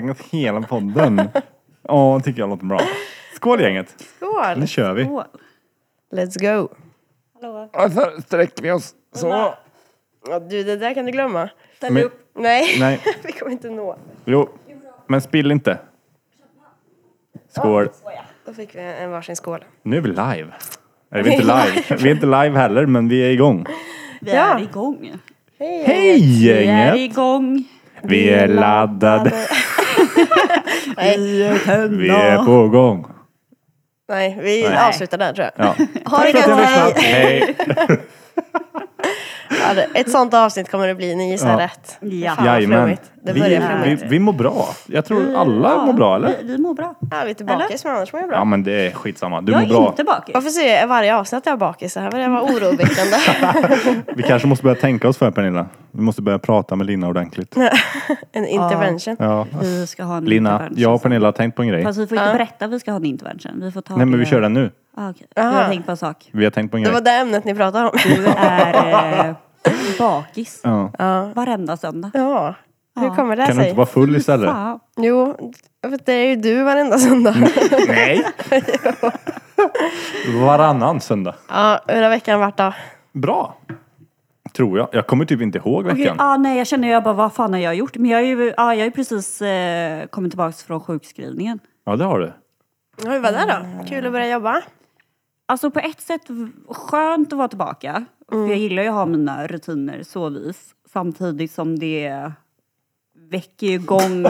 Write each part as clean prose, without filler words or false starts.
avslutat hela podden. Ja, tycker jag låter bra. Skål gänget. Skål. Nu kör vi. Skål. Let's go. Hallå. Och så sträcker vi oss. Så. Ja, du, det där kan du glömma. Men, Nej. Vi kommer inte nå. Jo, men spill inte. Skål. Då fick vi en varsin skål. Nu är vi live. Eller vi är inte live. Vi är inte live heller, men vi är igång. Vi är igång. Hej Vi är gänget. igång. Vi är laddade. Vi är på gång. Nej, vi avslutar där tror jag. Ja. Ha det Tack för att ni har gött. lyssnat. Hej. Ja, ett sånt avsnitt kommer det bli. Ni gissar Ja. rätt. Ja. Fan vad Jajamän. flummigt. Det börjar flummigt. Vi mår bra. Jag tror alla mår bra, eller? Vi mår bra. Ja, vi är bakis, men annars mår jag bra. Ja, men det är skitsamma. Du Jag mår är bra. inte bakis. Varför säger jag varje avsnitt att jag är bakis? Det här börjar vara oroväckande. Vi kanske måste börja tänka oss för, Pernilla. Vi måste börja prata med Lina ordentligt. En intervention. Ja. Vi ska ha en Lina, intervention. jag och Pernilla har tänkt på en grej. Fast vi får inte berätta att vi ska ha en intervention. Vi får ta Nej, men det. vi kör den nu. Okej. Vi har tänkt på en sak. Vi har tänkt på en Det grej. var det ämnet ni pratade om. Du är bakis. Ja. Varenda söndag. Ja, hur kommer det Kan du sig? inte vara full istället? Fan. Jo, för det är ju du varenda söndag. Nej. Varannan söndag. Ja, hur har veckan varit då? Bra. Tror jag. Jag kommer typ inte ihåg Okej, veckan. nej, jag känner bara, vad fan har jag gjort? Men jag har ju precis kommit tillbaka från sjukskrivningen. Ja, det har du. Ja, hur var det då? Kul att börja jobba. Alltså på ett sätt skönt att vara tillbaka. För jag gillar ju att ha mina rutiner så vis. Samtidigt som det väcker igång...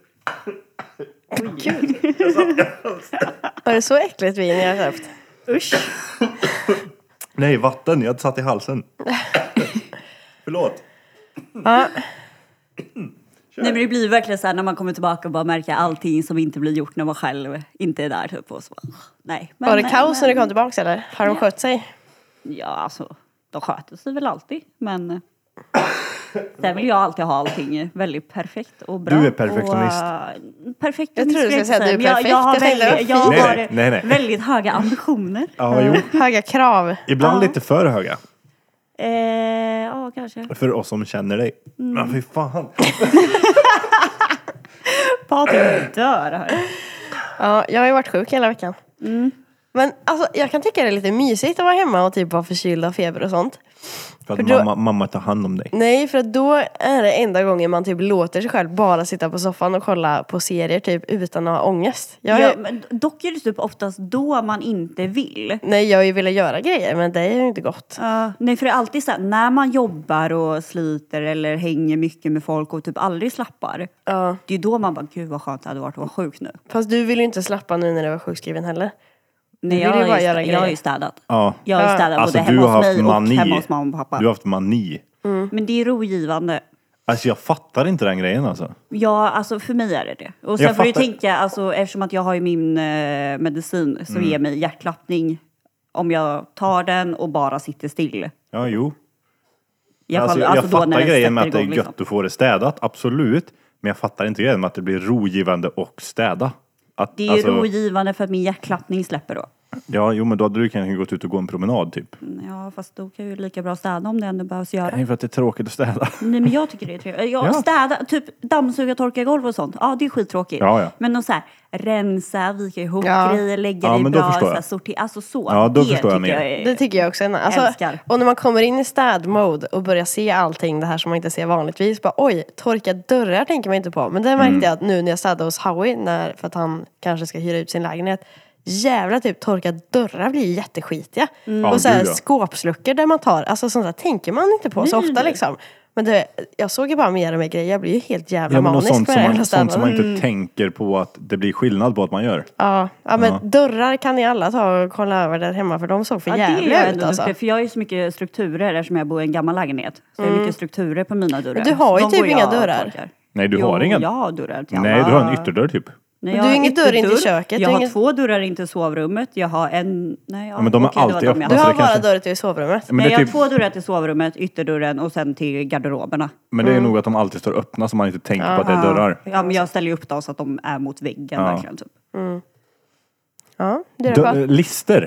Var det så äckligt vin jag har köpt? Usch. Nej, vatten. Jag satt i halsen. Förlåt. Ja, Nej, men det blir verkligen så här när man kommer tillbaka och bara märker allting som inte blir gjort när man själv inte är där typ. Och så. Nej. Men, var det kaos när du kom tillbaka eller? Har de skött sig? Ja, alltså de sköter sig väl alltid. Men där vill jag alltid ha allting väldigt perfekt och bra. Du är perfektionist. Och, perfekt. Jag tror du skulle säga att du är men perfekt. Jag har, Jag tänkte, väldigt, jag Nej, har nej. väldigt höga ambitioner. Ja, jo. Höga krav. Ibland lite för höga. Ja, kanske. För oss som känner dig. Men fy fan. Patrik dör här. Ja, jag har ju varit sjuk hela veckan. Men alltså, jag kan tycka det är lite mysigt att vara hemma och typ vara förkyld av feber och sånt. För att För då- mamma tar hand om dig. Nej, för att då är det enda gången man typ låter sig själv bara sitta på soffan och kolla på serier typ utan att ha ångest. Ja, men dock är det typ oftast då man inte vill. Nej, jag har ju velat göra grejer men det är ju inte gott. Nej, för det är alltid så här, när man jobbar och sliter eller hänger mycket med folk och typ aldrig slappar. Ja. Det är då man bara, gud vad skönt det hade varit att vara sjuk nu. Fast du vill ju inte slappa nu när du var sjukskriven heller. Nej, vill ju bara göra jag har grejer. ju städat. Ja. Jag har ju städat Alltså både du hemma har hos haft mig mani. och hemma hos mamma och pappa. Du har haft mani. Men det är rogivande. Alltså jag fattar inte den grejen alltså. Ja, alltså för mig är det det. Och sen Jag får du fattar. tänka, alltså, eftersom att jag har ju min medicin som ger mig hjärtklappning om jag tar den och bara sitter still. Ja, jo. I alla fall, Jag alltså då när fattar den grejen med sätter att det är igång, gött liksom. att få det städat, absolut. Men jag fattar inte grejen med att det blir rogivande och städa. Att, Det är ju rogivande för att min hjärtklappning släpper då. Ja, jo men då hade du kanske gått ut och gå en promenad typ. Ja, fast då kan jag ju lika bra städa om det ändå behövs göra. Nej, för att det är tråkigt att städa. Nej, men jag tycker det är trevligt. Jag Ja. städa, typ dammsuga, torka golv och sånt. Ja, det är skittråkigt. Ja, ja. Men att så här, rensa, vika ihop Ja. grejer, lägga Ja, det men då bra, förstår så här, jag. sortera. Alltså så. Ja, då det förstår jag tycker mer. är- Det tycker jag också. Alltså, Älskar. och när man kommer in i städmode och börjar se allting det här som man inte ser vanligtvis. Bara, oj, torka dörrar tänker man inte på. Men det märkte jag att nu när jag städade hos Howie, för att han kanske ska hyra ut sin lägenhet. Jävla typ torka dörrar blir ju jätteskitiga. Ja, Och så här, gud, ja. skåpsluckor där man tar, alltså sånt där tänker man inte på så Nej, ofta nej. liksom. Men det, jag såg ju bara mer och mer grejer, jag blir ju helt jävla Ja, men och manisk sånt med som, det man, jävla sånt som man städandet. inte tänker på att det blir skillnad på att man gör. Ja, men dörrar kan ni alla ta och kolla över där hemma för de såg för Ja, det är jävliga jag ut ändå alltså. duktig, för jag har ju så mycket strukturer eftersom jag bor i en gammal lägenhet. Så jag har mycket strukturer på mina dörrar. Men du har ju Så de typ går jag inga och dörrar. torkar. Nej, du har Jo, ingen. jag har dörrar till Nej, alla. du har en ytterdörr typ. Nej, Men jag du har har ingen dörr in till ytterdörr. köket, Jag du har har ingen- 2 dörrar in till sovrummet. Jag har en... Nej, Ja, men de är okej, det var alltid de jag öppna, Du så har det bara kanske- dörr till sovrummet. Men, Nej, det är jag har typ, 2 dörrar till sovrummet, ytterdörren och sen till garderoberna. men det är nog att de alltid står öppna så man inte tänker på att det är dörrar. Ja, men jag ställer ju upp dem så att de är mot väggen Ja. verkligen. Typ. Ja, det är det bara. Lister.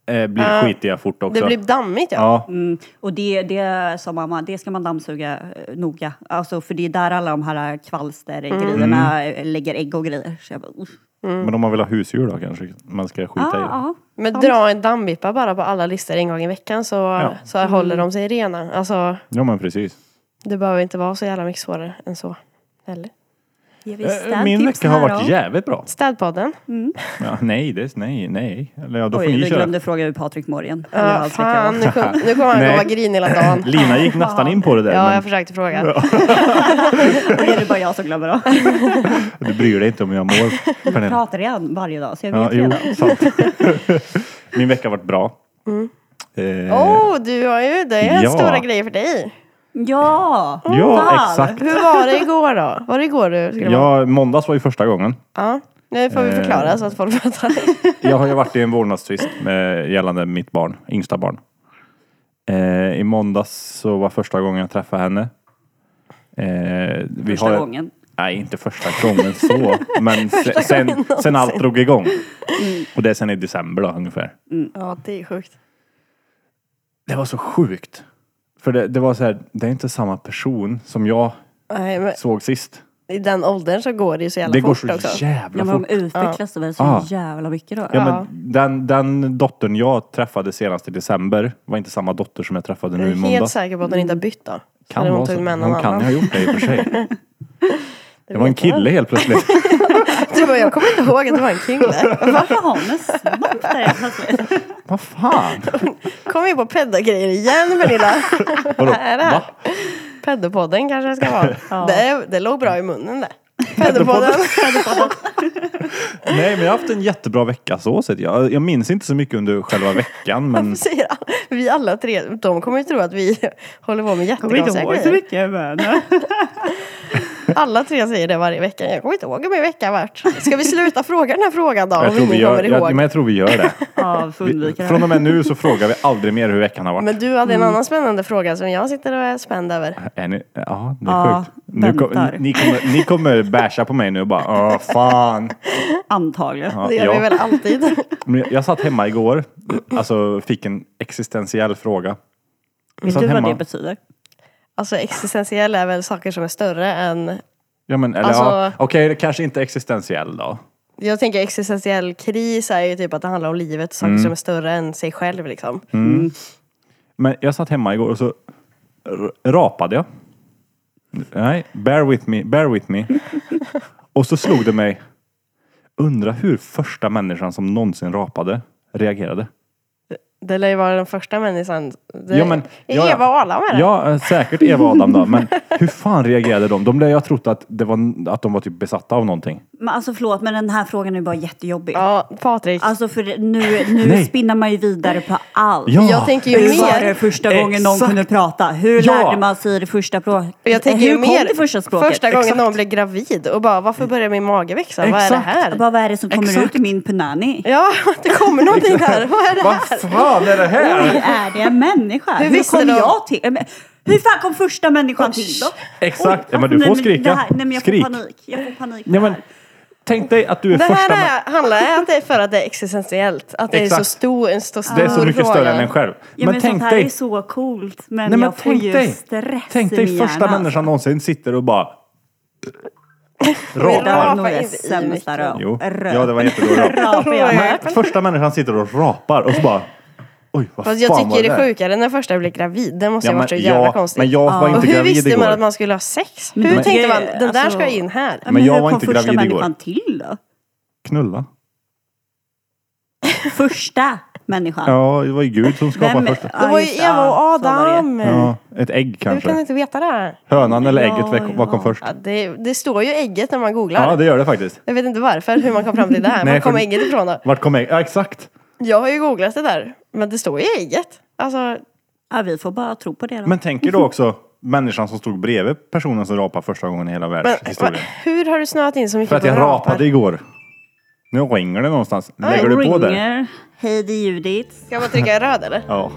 blir skitiga fort också. Det blir dammigt Ja. Och det sa mamma, det ska man dammsuga noga. Alltså för det är där alla de här kvalstergrejerna lägger ägg och grejer. Så jag bara, Men om man vill ha husdjur då kanske man ska skita i det. ja. Men dra en dammvippa bara på alla listor en gång i veckan så håller de sig rena. Alltså, Ja men precis. det behöver inte vara så jävla mycket svårare än så. Eller? Min vecka har varit jävligt bra. Städpodden. Ja, nej. Eller ja, då får Oj, ni vi köra. glömde fråga hur Patrik mår igen. Ja, fan, nu kommer han Nej. att vara grinig hela dagen. Lina gick nästan in på det där. Ja, men jag försökte fråga. Och det är det bara jag som glömmer då. du bryr dig inte om jag mår. Jag Pernilla. pratar igen varje dag så jag Ja, vet jo, redan. sant. Min vecka har varit bra. Du har ju, det är Ja. stora grejer för dig. Ja! Ja, fan. exakt. Hur var det igår då? Var det igår du skulle vara? Ja, måndags var ju första gången. Ja, nu får vi förklara så att folk fattar. Jag har ju varit i en vårdnadstvist med gällande mitt barn, yngsta barn. I måndags så var första gången jag träffade henne. Första gången. Nej, inte första gången så. Men sen allt drog igång. Och det är sen i december då ungefär. Ja, det är sjukt. Det var så sjukt. För det var så här, det är inte samma person som jag Nej, men såg sist. i den åldern så går det ju så jävla Det går fort så också. jävla Ja, men fort. de utvecklas väl så Ja. jävla mycket då. Ja, men den dottern jag träffade senast i december var inte samma dotter som jag träffade nu i Jag är måndag. helt säker på att hon inte har bytt då. Kan Eller vara hon tog så. med någon Hon kan annan. ha gjort det i och för sig. Det var en kille helt plötsligt. Du bara, jag kommer inte ihåg att det var en kille. Varför har hon en snopp där helt plötsligt? Vad fan? Kom vi på pedogrejer igen, Pernilla. Vadå? Vad är det här? Va? Pedopodden kanske det ska vara. Ja. Det låg bra i munnen det. Pedopodden. Nej, men jag har haft en jättebra vecka så sett. Jag minns inte så mycket under själva veckan, men Säger han. Vi alla tre, de kommer ju tro att vi håller på med jättekonstiga grejer. mycket men. Alla tre säger det varje vecka. Jag kommer inte ihåg hur min vecka har varit. Ska vi sluta fråga den här frågan då? Om ingen kommer ihåg. men jag tror vi gör det. Ja, får undvika det Från här. och med nu så frågar vi aldrig mer hur veckan har varit. Men du hade en annan spännande fråga som jag sitter och är spänd över. Är ni, ja, det är Ja, sjukt. Nu väntar. ni kommer basha på mig nu och bara, fan. Antagligen. Ja, Det gör vi väl alltid. Men jag satt hemma igår, alltså fick en existentiell fråga. Vet satt du vad hemma. det betyder? Alltså existentiell är väl saker som är större än... Ja, men, eller Alltså- ja, okej, det kanske inte är existentiell då. Jag tänker existentiell kris är ju typ att det handlar om livet. Saker som är större än sig själv liksom. Men jag satt hemma igår och så rapade jag. Nej, bear with me. Och så slog det mig. Undra hur första människan som någonsin rapade reagerade. Det lär ju vara den första människan. Ja, men- ja, Eva och Adam är det. Ja, säkert Eva och Adam då. Men hur fan reagerade de? De lär jag trott att att de var typ besatta av någonting. Men alltså förlåt, men den här frågan är bara jättejobbig. Ja, Patrik. Alltså för nu Nej. spinnar man ju vidare på allt. Ja, Jag tänker ju Hur var mer... det första gången någon Exakt. kunde prata? Hur Ja. lärde man sig det första språket? Jag tänker Hur ju kom mer det första språket? första gången Exakt. någon blev gravid och bara, varför börjar min mage växa? Vad är det Exakt. här? Bara, vad är det som kommer Exakt. ut i min punani? Ja, det kommer någonting här. Vad är det Vad här? fan är det här? Hur är det en människa? Hur Hur visste kom de? jag till? Men, hur fan kom första människan till då? Exakt. Ja, men alltså, du får nej, skrika. det här, nej men jag Skrik. får panik. Jag får panik på Ja, men, det här. tänk dig att du är Det första här handlar om att det är för att det är existentiellt. Att det är Exakt. så stor, en stor Det är så mycket fråga. större än en själv. Ja, men tänk sånt här dig. är så coolt. Men Nej, men jag får tänk ju dig. stress Tänk i dig min första hjärna. människan någonsin sitter och bara Det var rapar. nog Rapa det inte i sämsta micken. röp. Jo, ja det var jättedåligt rap. Rap jag hört. Men första människan sitter och rapar och så bara oj, vad Fast jag fan var tycker det är där? sjukare när första blir gravid. Det måste Ja, ju ha varit så men- jävla ja, konstigt. men jag var Och inte hur gravid visste igår. man att man skulle ha sex? Men Hur det- tänkte man, den där alltså- ska in här? Ja, Men jag hur var kom inte första gravid igår. människan till då? Knulla. Första människan. Ja, det var ju Gud som skapade Vem- första. Det var ju just det, Eva och ja, så var det. Adam. Ja, ett ägg Hur kan du kanske. inte veta det? Hönan eller ägget Ja, kom först. Ja, det står ju ägget när man googlar. Ja, det gör det faktiskt. Jag vet inte varför, hur man kom fram till det här. Nej, Var kom för- ägget ifrån då? Vart kom ägg? Ja, exakt. Jag har ju googlat det där. Men det står ju ägget. Alltså, Ja, vi får bara tro på det då. Men tänk er då också människan som stod bredvid personen som rapade första gången i hela världshistorien. hur har du snöat in så mycket För att på jag rapar? rapade igår. Nu ringer det någonstans. Lägger du på där? Ringer. Hej, det är Judith. Ska jag bara trycka röd eller? Ja.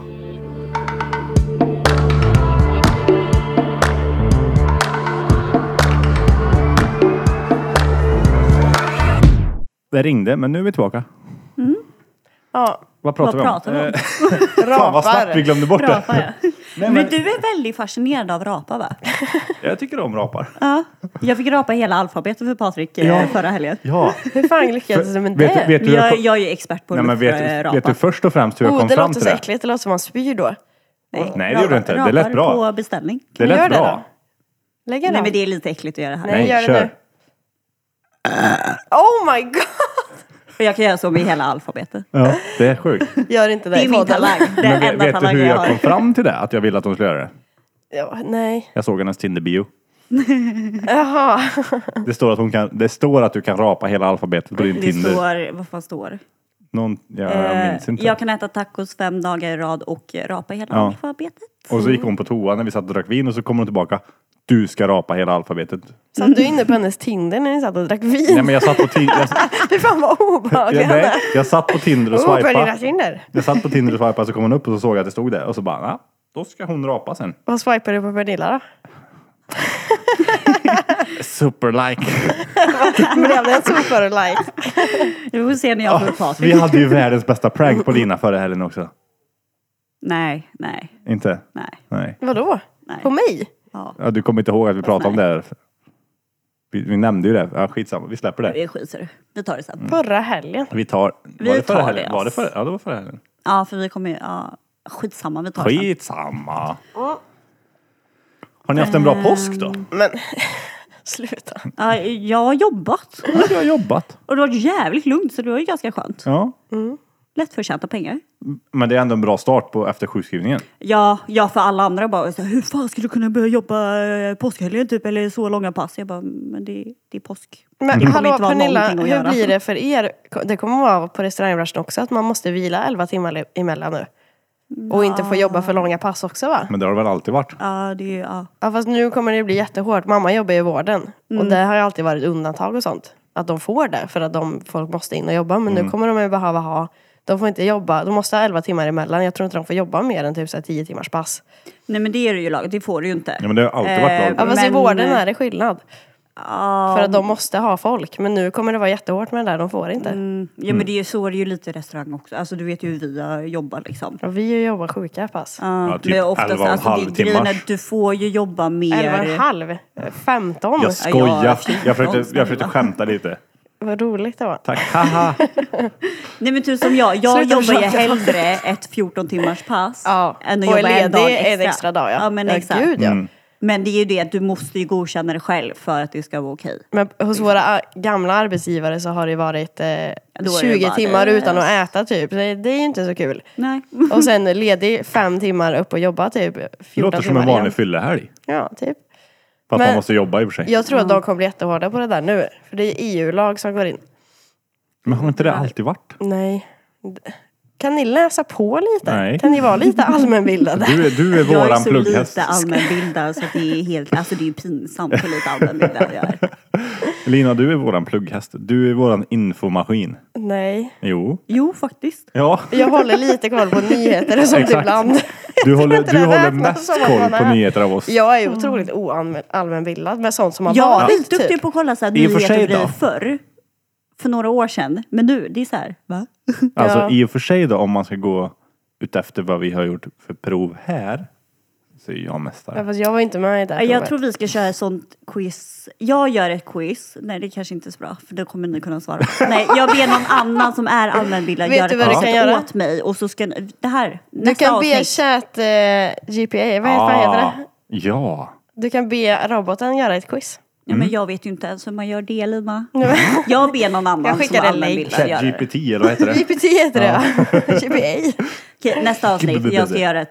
Det ringde, men nu är vi tillbaka. Ja, Vad pratar vi om? pratar vi om? Fan vad snabbt vi glömde bort det. Rapar, ja. Nej, Men du är väldigt fascinerad av rapar, va? Jag tycker om rapar. Ja. Jag fick rapa hela alfabetet för Patrik förra helgen. Ja. Hur fan lyckades du med Vet det? du, Jag är ju expert på nej, men vet du först och främst hur jag kom det fram låter till så det? äckligt. Det låter som man spyr då. Nej, det gjorde det inte. Det lät bra. på beställning. Det Gör lät det bra. då. Lägg en Nej, av. men det är lite äckligt att göra det här. Nej, gör det kör. nu. Oh my god! För jag kan göra så med hela alfabetet. Ja, det är sjukt. Gör inte det Det är i min podden. talang. Det är Men enda vet du talangen hur jag jag kom har. fram till det? Att jag ville att de skulle göra det? Ja, nej. Jag såg hennes Tinder-bio. Jaha. Det står att du kan rapa hela alfabetet på din Det Tinder. står, vad fan står? Jag minns inte. Jag kan äta tacos 5 dagar i rad och rapa hela Ja. alfabetet. Och så gick hon på toa när vi satt och drack vin och så kom hon tillbaka. Du ska rapa hela alfabetet. Satt du inne på hennes Tinder när ni satt och drack vin? Nej, men jag satt på Tinder. Fy fan vad obehagligt. Jag satt på Tinder och På dina swipade. Tinder. Jag satt på Tinder och swipade så kom hon upp och så såg jag att det stod där. Och så bara, ja, då ska hon rapa sen. Vad swipade du på Pernilla då? Super-like. Blev det en super-like? Vi får se när jag får Patrik. Vi hade ju världens bästa prank på Lina förra helgen också. Nej. Inte? Nej. Vadå? Nej. På mig? Ja, du kommer inte ihåg att vi pratade om det här. Vi nämnde ju det. Ja, skitsamma, vi släpper det. Vi skiter. Vi tar det sen. Förra helgen. Vi tar... Var det förra tar helgen? det, Var det förra? Ja, det var förra helgen. Ja, för vi kommer ja, skitsamma, vi tar det sen. Skitsamma. Har ni haft en bra påsk då? Men sluta. Ja, jag har jobbat. Ja, du har jobbat. Och det var jävligt lugnt, så det var ju ganska skönt. Ja. Lättförtjänta pengar. Men det är ändå en bra start på efter sjukskrivningen. Ja, för alla andra bara så här, hur fan skulle du kunna börja jobba påskhelgen typ, eller så långa pass? Jag bara, men det är påsk. Men Det kommer hallå inte vara Pernilla, någonting att hur göra. blir det för er? Det kommer vara på restaurangbranschen också att man måste vila 11 timmar emellan nu. Och inte få jobba för långa pass också va? Men det har det väl alltid varit. Ja, det är ja. Ja fast nu kommer det bli jättehårt. Mamma jobbar i vården. Och det har ju alltid varit undantag och sånt. Att de får det för att folk måste in och jobba. Men nu kommer de ju behöva ha. De får inte jobba. De måste ha 11 timmar emellan. Jag tror inte de får jobba mer än typ så här 10 timmars pass. Nej, men det är det ju lag. Det får du ju inte. Ja, men det har alltid varit lag. Ja fast i Men- vården är det skillnad. Ja, För att de måste ha folk. Men nu kommer det vara jättehårt med det där. De får inte. ja, men det är ju så är det ju lite i restaurang också. Alltså du vet ju hur vi jobbar liksom. Och vi jobbar sjuka pass. Ja, typ men oftast, 11,5 alltså, det, grejen är timmars. att du får ju jobba mer. 11,5. 15. Jag skojar. 14, Jag försökte snälla. skämta lite. Vad roligt det var. Tack. Haha. Nej men typ som jag Sluta jobbar ju tjata. hellre ett 14 timmars pass Ja. än att Och är jobba en dag ledig extra. en extra dag ja. Ja men Ja, exakt. gud, ja. Men det är ju det att du måste ju godkänna det själv för att det ska vara okej. Men hos våra gamla arbetsgivare så har det varit Då är det 20 bara timmar det. utan att äta typ. Det är ju inte så kul. Nej. Och sen ledig 5 timmar upp och jobba typ 14 Det låter som timmar en vanlig igen. fyllehelg. Ja, typ. Fast Men- man måste jobba i och för sig. Jag tror att de kommer bli jättehårda på det där nu. För det är EU-lag som går in. Men har inte det alltid varit? Nej. Kan ni läsa på lite? Nej. Kan ni vara lite allmänbildade? Du är Jag är våran så plugghäst. lite allmänbildad så att det är helt, alltså det är ju pinsamt hur lite allmänbildad jag är. Lina, du är våran plugghäst. Du är våran infomaskin. Nej. Jo. Jo faktiskt. Ja. Jag håller lite koll på nyheter och sånt Exakt. ibland. Du håller räknas mest som att koll man på är. nyheter av oss. Jag är otroligt oallmänbildad med sånt som har Jag är varit skitduktig typ. på att kolla så här I och för nyheter sig och grejer då. förr. För några år sedan. Men nu, det är så här, va? Alltså Ja. i och för sig då, om man ska gå utefter vad vi har gjort för prov här, så är jag Ja, mästare. fast jag var inte med i det här Jag provet. tror vi ska köra ett sånt quiz. Jag gör ett quiz. Nej, det kanske inte är så bra. För då kommer ni kunna svara. Nej, jag ber någon annan som är allmänbildad Vet göra du ett vad du quiz kan göra? åt mig. Och så ska det här, Du nästa kan be avsnitt. chat GPA, vad fan heter det? Ja. Du kan be roboten göra ett quiz. Ja, men jag vet ju inte ens hur man gör det, Lina. Jag ber någon annan Jag som skickar är en länk. allmänbildad göra det. ChatGPT eller vad heter det? GPT heter det ja. GPA. Okej, nästa avsnitt. Jag ska göra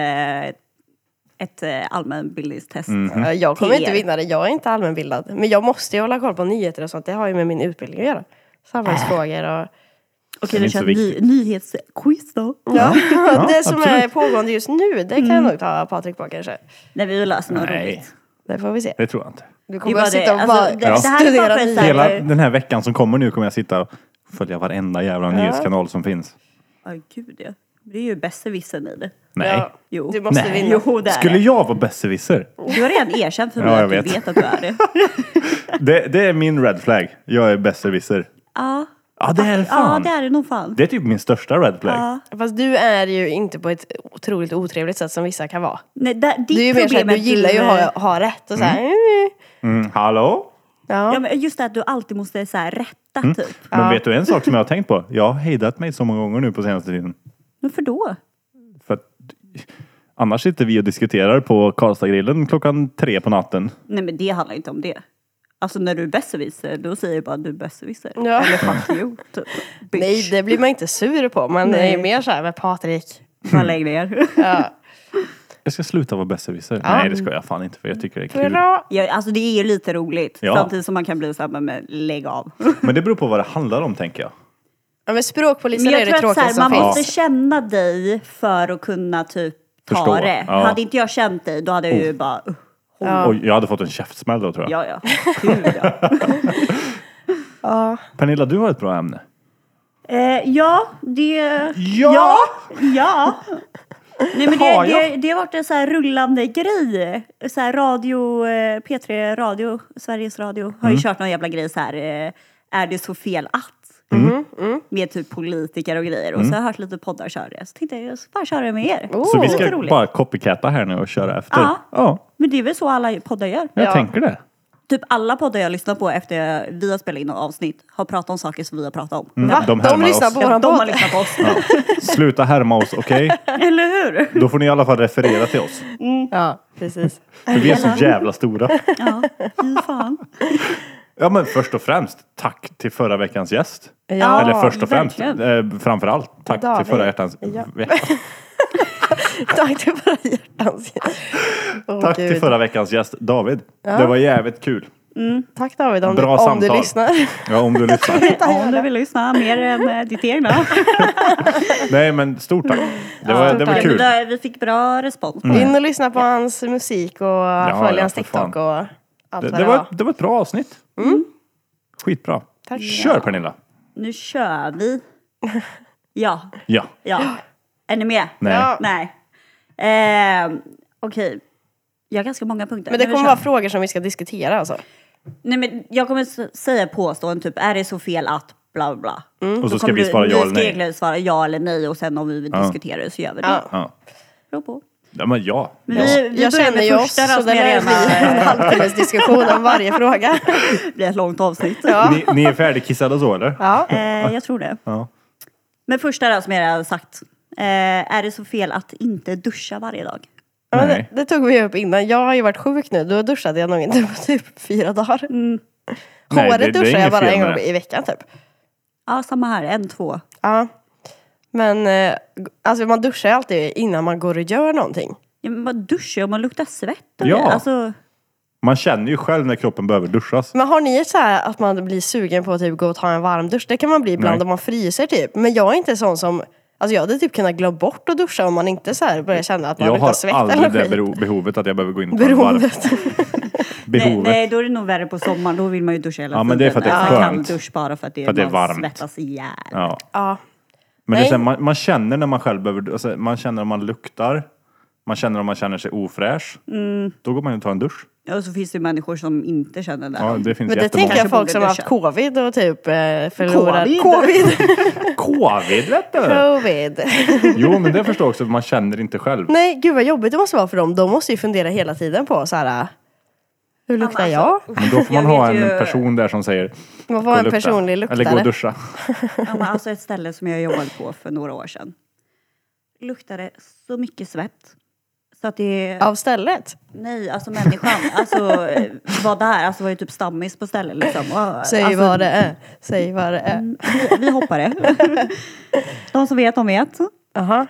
ett allmänbildningstest. Ja, jag kommer Till inte er. vinna det, jag är inte allmänbildad. Men jag måste ju hålla koll på nyheter och sånt. Det har ju med min utbildning att göra. Samhällsfrågor och... Okej, är vi inte kör så viktigt. nyhetsquiz då. Ja, det som är absolut. pågående just nu, det kan jag nog ta Patrik på kanske. När vi löser något Nej, roligt. Det får vi se. det tror jag inte. Du Det är kommer bara att sitta och det. bara Alltså, det här är studera bara för nyheter. så Hela här- den här veckan som kommer nu kommer jag sitta och följa varenda jävla nyhetskanal som finns. Ja, gud ja. Det är ju besserwissern i det. Nej. Ja, Jo. du måste Nej. vinna. Jo, det är Skulle det. jag vara besserwisser? Du har redan erkänt för mig Ja, jag att du vet. vet att du är det. Det är min red flag. Jag är besserwisser. Ja. Ja, det är det Ja, fan. det är det nog fan. Det är typ min största red flag. Ja. Fast du är ju inte på ett otroligt otrevligt sätt som vissa kan vara. Nej, ditt Du är ju mer såhär, problem du gillar ju att ha rätt och såhär. Hallå? Ja, Ja. men just det att du alltid måste så här rätta typ. Men vet du en sak som jag har tänkt på? Jag har hejdat mig så många gånger nu på senaste tiden. Varför då? För att annars sitter vi och diskuterar på Karlstadgrillen 3:00 på natten. Nej, men det handlar inte om det. Alltså när du är besserwisser, då säger jag bara att du är besserwisser. Ja. Eller fuck you, typ. Bitch. Nej, det blir man inte sur på. Man är ju mer såhär med Patrik. Bara lägg ner. Ja. Jag ska sluta vara besserwisser. Ja. Nej, det ska jag fan inte, för jag tycker det är kul. Bra. Ja, alltså det är ju lite roligt. Ja. Samtidigt som man kan bli såhär, men lägg av. Men det beror på vad det handlar om, tänker jag. Ja, men språkpolisen Men är jag det tror att så här, tråkigaste som man finns. måste känna dig för att kunna typ ta Förstå. det. Ja. Hade inte jag känt dig, då hade jag ju bara... Ja. Och jag hade fått en käftsmäll då, tror jag. Ja. Gud, ja. Ja. Pernilla, du har ett bra ämne. Ja, det... Ja! Ja. Nej, men Har det har varit en så här rullande grej. Så här radio, P3 Radio, Sveriges Radio har ju kört någon jävla grej så här. Är det så fel att? Med typ politiker och grejer. Och så har jag hört lite poddar köra det. Så tänkte jag ska bara köra det med er. Så vi lite ska roligt. bara copycatta här nu och köra efter. Ja. Ja, Men det är väl så alla poddar gör. jag Ja. tänker det. Typ alla poddar jag lyssnar på efter vi har spelat in något avsnitt har pratat om saker som vi har pratat om. Va? De De härmar lyssnar oss. på Ja, våran de har podd. lyssnat på oss. Sluta härma oss, okej? Eller hur? Då får ni i alla fall referera till oss. Ja, precis. För vi är så jävla stora. Ja, fy fan. Ja, men först och främst, tack till förra veckans gäst. Ja, Eller först och främst, verkligen. framförallt, tack David. till förra hjärtans... Ja. Tack till våra hjärtans. Tack till förra veckans gäst, David. Det var jävligt kul. Tack David, om, Bra om du samtal. lyssnar. Ja, om du lyssnar. Om du vill lyssna mer än ditt egna. Nej, men stort tack. Det var tack. kul. Vi fick bra respons på In och lyssna på hans musik och följ hans för TikTok fan. och allt vad Det det var. var ett bra avsnitt. Skitbra. Tack. Kör Pernilla. Nu kör vi. Ja. Ja. Är ni med? Nej. Ja. Nej. Okej. Jag har ganska många punkter. Men det Nu kommer kör vara vi. frågor som vi ska diskutera alltså. Nej, men jag kommer säga påstående typ, är det så fel att bla bla bla. Och så Då ska kommer vi svara ja eller Ni nej. ska egentligen svara ja eller nej och sen om vi vill diskutera det så gör vi det. Ja. Ja. Beror på. Ja, men ja. Men ja. vi Jag börjar känner med ju oss första så då, det som är lär bli en rena... halvtimmes diskussion om varje fråga. Det blir ett långt avsnitt. Ja. Ni är färdigkissade så eller? Ja. Jag tror det. Ja. Men första då, som jag redan sagt. Är det så fel att inte duscha varje dag? Ja, men Nej. det tog vi upp innan. Jag har ju varit sjuk nu. Då duschade jag nog inte på typ 4 dagar. Nej, Håret det är duschar jag inget bara fel en med gång det. i veckan typ. Ja, samma här. 1-2. Ja. Men alltså man duschar ju alltid innan man går och gör någonting. Ja, men man duschar och man luktar svett. Och Ja. det. Alltså, Man känner ju själv när kroppen behöver duschas. Men har ni ett så här att man blir sugen på att typ gå och ta en varm dusch? Det kan man bli ibland Nej. om man fryser typ. Men jag är inte sån som... Alltså jag hade typ kunnat glömma bort att duscha om man inte så här börjar känna att man Jag luktar har svett aldrig eller det skit. behovet att jag behöver gå in på en varv. Beroendet. Behovet. nej, då är det nog värre på sommaren. Då vill man ju duscha hela Ja, tiden. men det är för att det är Alltså, skönt. kall dusch bara för att det, För att det är man varmt. svettas ihjäl. Ja. Ja. Men det är Nej. så här, man känner när man själv behöver, alltså, man känner om man luktar. Man känner om man känner sig ofräsch. Då går man ju och tar en dusch. Och så finns det människor som inte känner det. Ja, det finns Men det jättemånga. tänker jag Kanske folk borde som har haft duscha. covid och typ förlorat... Covid? Covid vet du. Covid. Jo, men det förstår jag också. Man känner inte själv. Nej, gud vad jobbigt det måste vara för dem. De måste ju fundera hela tiden på så här... Hur luktar jag? Men då får man Jag ha vet en ju- person där som säger Man gå får och en lukta. personlig Eller gå och luktare. duscha. Ja, men alltså ett ställe som jag jobbade på för några år sedan. Luktade så mycket svett. Så att det... Av stället? Nej, alltså människan. Alltså var där. Alltså var ju typ stammis på stället liksom. Och, Säg alltså, vad det är. Säg vad det är. vi hoppar det. De som vet, de vet. Aha.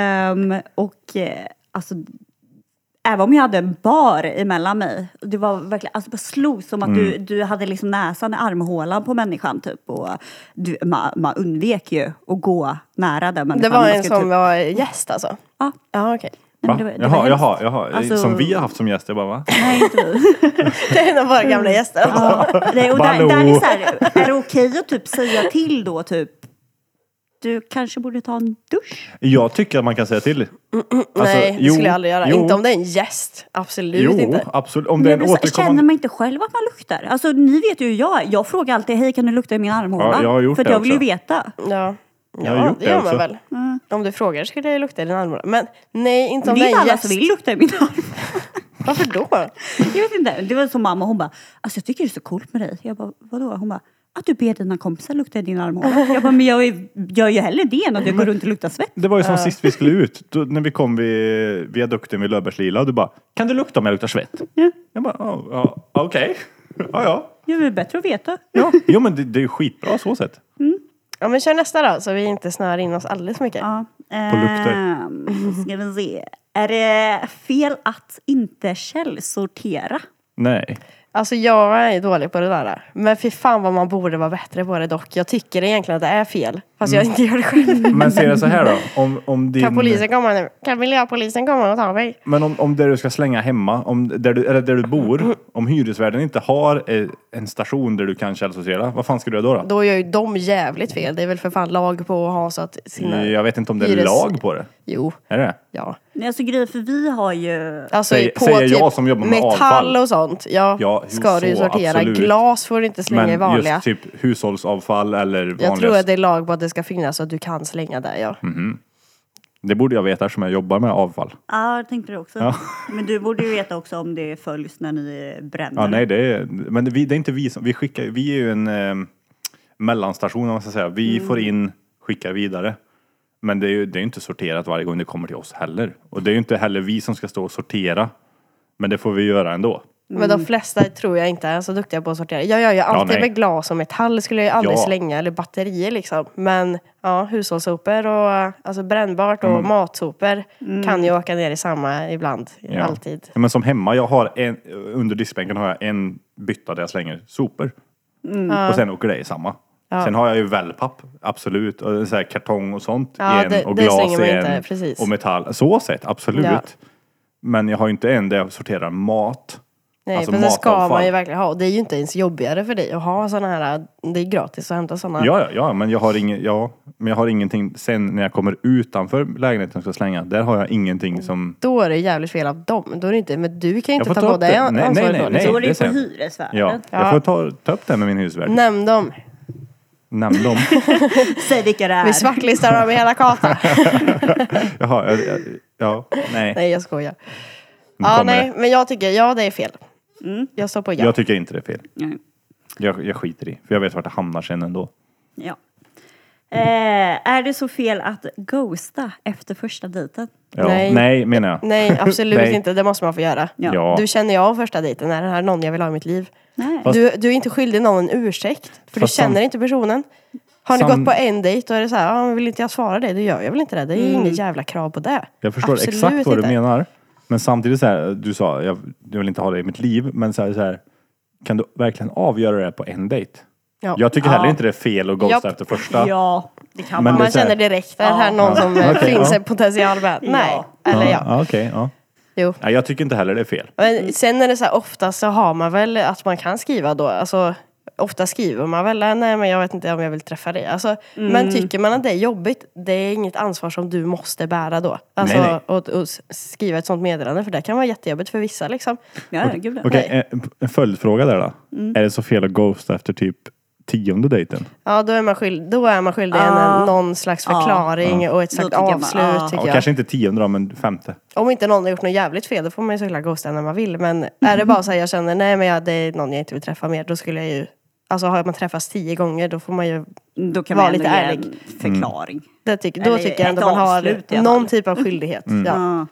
Alltså även om jag hade en bar emellan mig. Det var verkligen, alltså det slog som att du hade liksom näsan i armhålan på människan typ. Och man undvek ju att gå nära den människan. Det var Man en skulle som typ, var gäst alltså? Ja. Ja, okej. Nej, Va? men det var hemskt. Jaha. Alltså- Som vi har haft som gäst. Jag bara, va? Nej, inte vi. Det är en av våra gamla gäster alltså. Ja, och där är Baloo. det så här, är det okej att typ säga till då typ du kanske borde ta en dusch? Jag tycker att man kan säga till. Nej, det skulle jag aldrig göra. Inte om det är en gäst. Absolut inte. Absolut. Om det är en återkommande... Känner man inte själv att man luktar? Alltså ni vet ju jag frågar alltid, hej kan du lukta i min armhåla? Ja, jag har gjort för det jag vill ju också. veta. Ja, Jag har gjort det det gör också. man väl. Om du frågar skulle jag lukta i din armhåla. Men nej, inte om Det det är är inte en alla gäst. som vill lukta i min armhåla. Varför då? Jag vet inte, det var som mamma, hon bara, alltså jag tycker det är så coolt med dig. Jag bara, vadå? Hon bara, att du ber dina kompisar lukta i din armhåla. Jag bara, men jag gör ju hellre det än att jag går runt och luktar svett. Det var ju som sist vi skulle ut. Då, när vi kom vid viadukten vid Löfbergslila. Och du bara, kan du lukta om jag luktar svett? Ja. Jag bara, okej. Ja. Det är väl bättre att veta. Ja. Jo men det är ju skitbra så sätt. Ja, men kör nästa då, så vi inte snör in oss alldeles mycket. Ja. På lukter. Ska vi se. Är det fel att inte källsortera? Nej. Alltså jag är dålig på det där. Men fy fan vad man borde vara bättre på det dock. Jag tycker egentligen att det är fel. Fast jag inte gör det själv. Men ser det så här då. Om din... Kan polisen komma nu? Kan miljöpolisen komma och ta mig? Men om det du ska slänga hemma, eller där du bor, om hyresvärden inte har en station där du kan källsortera, vad fan ska du göra då? Då gör ju de jävligt fel. Det är väl för fan lag på att ha så att sina... Jag vet inte om det är lag på det. Jo, Är det? ja. Nej, alltså grejer, för vi har ju... Alltså Säger jag som jobbar med metall avfall. och sånt. Ja, Ja, ska du ju så, sortera. absolut. Glas får du inte slänga i Men vanliga. just typ hushållsavfall eller vanliga... Jag tror att det är lag på att det ska finnas så att du kan slänga där, ja. Det borde jag veta som jag jobbar med avfall. Ja, jag tänkte det också. Ja. Men du borde ju veta också om det följs när ni bränner. Ja, nej, men det är inte vi som... Vi är ju en mellanstation, om man ska säga. Vi får in, skickar vidare. Men det är ju inte sorterat varje gång det kommer till oss heller. Och det är ju inte heller vi som ska stå och sortera. Men det får vi göra ändå. Men de flesta tror jag inte är så duktiga på att sortera. Jag gör ju alltid nej. med glas och metall skulle jag aldrig Ja. slänga. Eller batterier liksom. Men ja, hushållssopor och alltså brännbart och matsopor kan ju åka ner i samma ibland. Ja. Alltid. Ja, men som hemma, under diskbänken har jag en bytta där jag slänger sopor. Och sen åker det i samma. Sen har jag ju wellpapp, absolut. Och så här kartong och sånt Ja, i en. det Och slänger glas man i inte, en. precis. Och metall. Så sett, absolut. Ja. Men jag har ju inte en där jag sorterar mat. Nej, Alltså för det ska matavfall. man ju verkligen ha. Och det är ju inte ens jobbigare för dig att ha sådana här. Det är gratis att hämta sådana. Ja, men jag har ingenting sen när jag kommer utanför lägenheten och ska slänga. Där har jag ingenting som... Då är det jävligt fel av dem. Då är det inte, men du kan ju inte får ta ta på upp dig det. ansvaret Nej, då. nej, Liksom. Så är det det ju på ser jag. hyresvärden. Ja, jag får ta upp det med min husvärd. Nämn dem. Nämn dem. Säg vilka det är. Vi svartlistar dem i hela kartan. Jaha, nej. Nej, jag skojar. Nu Ja, kommer nej, men jag tycker, det är fel. Jag står på ja. Jag tycker inte det är fel. Nej. Jag skiter i. För jag vet vart det hamnar sen ändå. Ja. Är det så fel att ghosta efter första dejten? Ja. Nej. Nej, menar jag. Nej, absolut Nej. inte. Det måste man få göra. Ja. Du känner jag av första dejten. Är det här någon jag vill ha i mitt liv? Nej. Fast- Du är inte skyldig någon en ursäkt. För Fast du känner inte personen. Har ni sam- gått på en dejt och är det så här, vill inte jag svara det? Då gör jag väl inte det. Det är inget jävla krav på det. Jag förstår Absolut exakt vad inte. du menar. Men samtidigt så här, du sa, jag vill inte ha det i mitt liv. Men så här, kan du verkligen avgöra det på en dejt? Ja. Jag tycker heller inte det är fel att ghosta Japp. efter första. Ja, det kan Men man. det är Man så här- känner direkt, är det här någon som Okej, finns ja. en potential med? Nej. Eller ja. Ja, okej, ja. Jo. Nej, jag tycker inte heller det är fel. Men sen är det så här, ofta så har man väl att man kan skriva då. Alltså, ofta skriver man väl, nej men jag vet inte om jag vill träffa dig. Alltså, men tycker man att det är jobbigt, det är inget ansvar som du måste bära då. Alltså, Nej. och skriva ett sånt meddelande, för det kan vara jättejobbigt för vissa liksom. Ja, gud. Okej, en följdfråga där då. Är det så fel att ghosta efter typ 10:e dejten? Ja, då är man skyldig någon slags förklaring och ett Då sagt tycker jag man- avslut ja. tycker Ja, jag. kanske inte 10:e då, men 5:e. Om inte någon har gjort något jävligt fel, då får man ju såklart ghosta när man vill. Men är det bara så här, jag känner, nej men det är någon jag inte vill träffa mer, då skulle jag ju, alltså har man träffats 10 gånger, då får man ju, Då kan Var man lite ändå ge ärlig. en förklaring. då Eller tycker jag ett ändå man har avslut i alla någon fall. typ av skyldighet. Ja. Ja.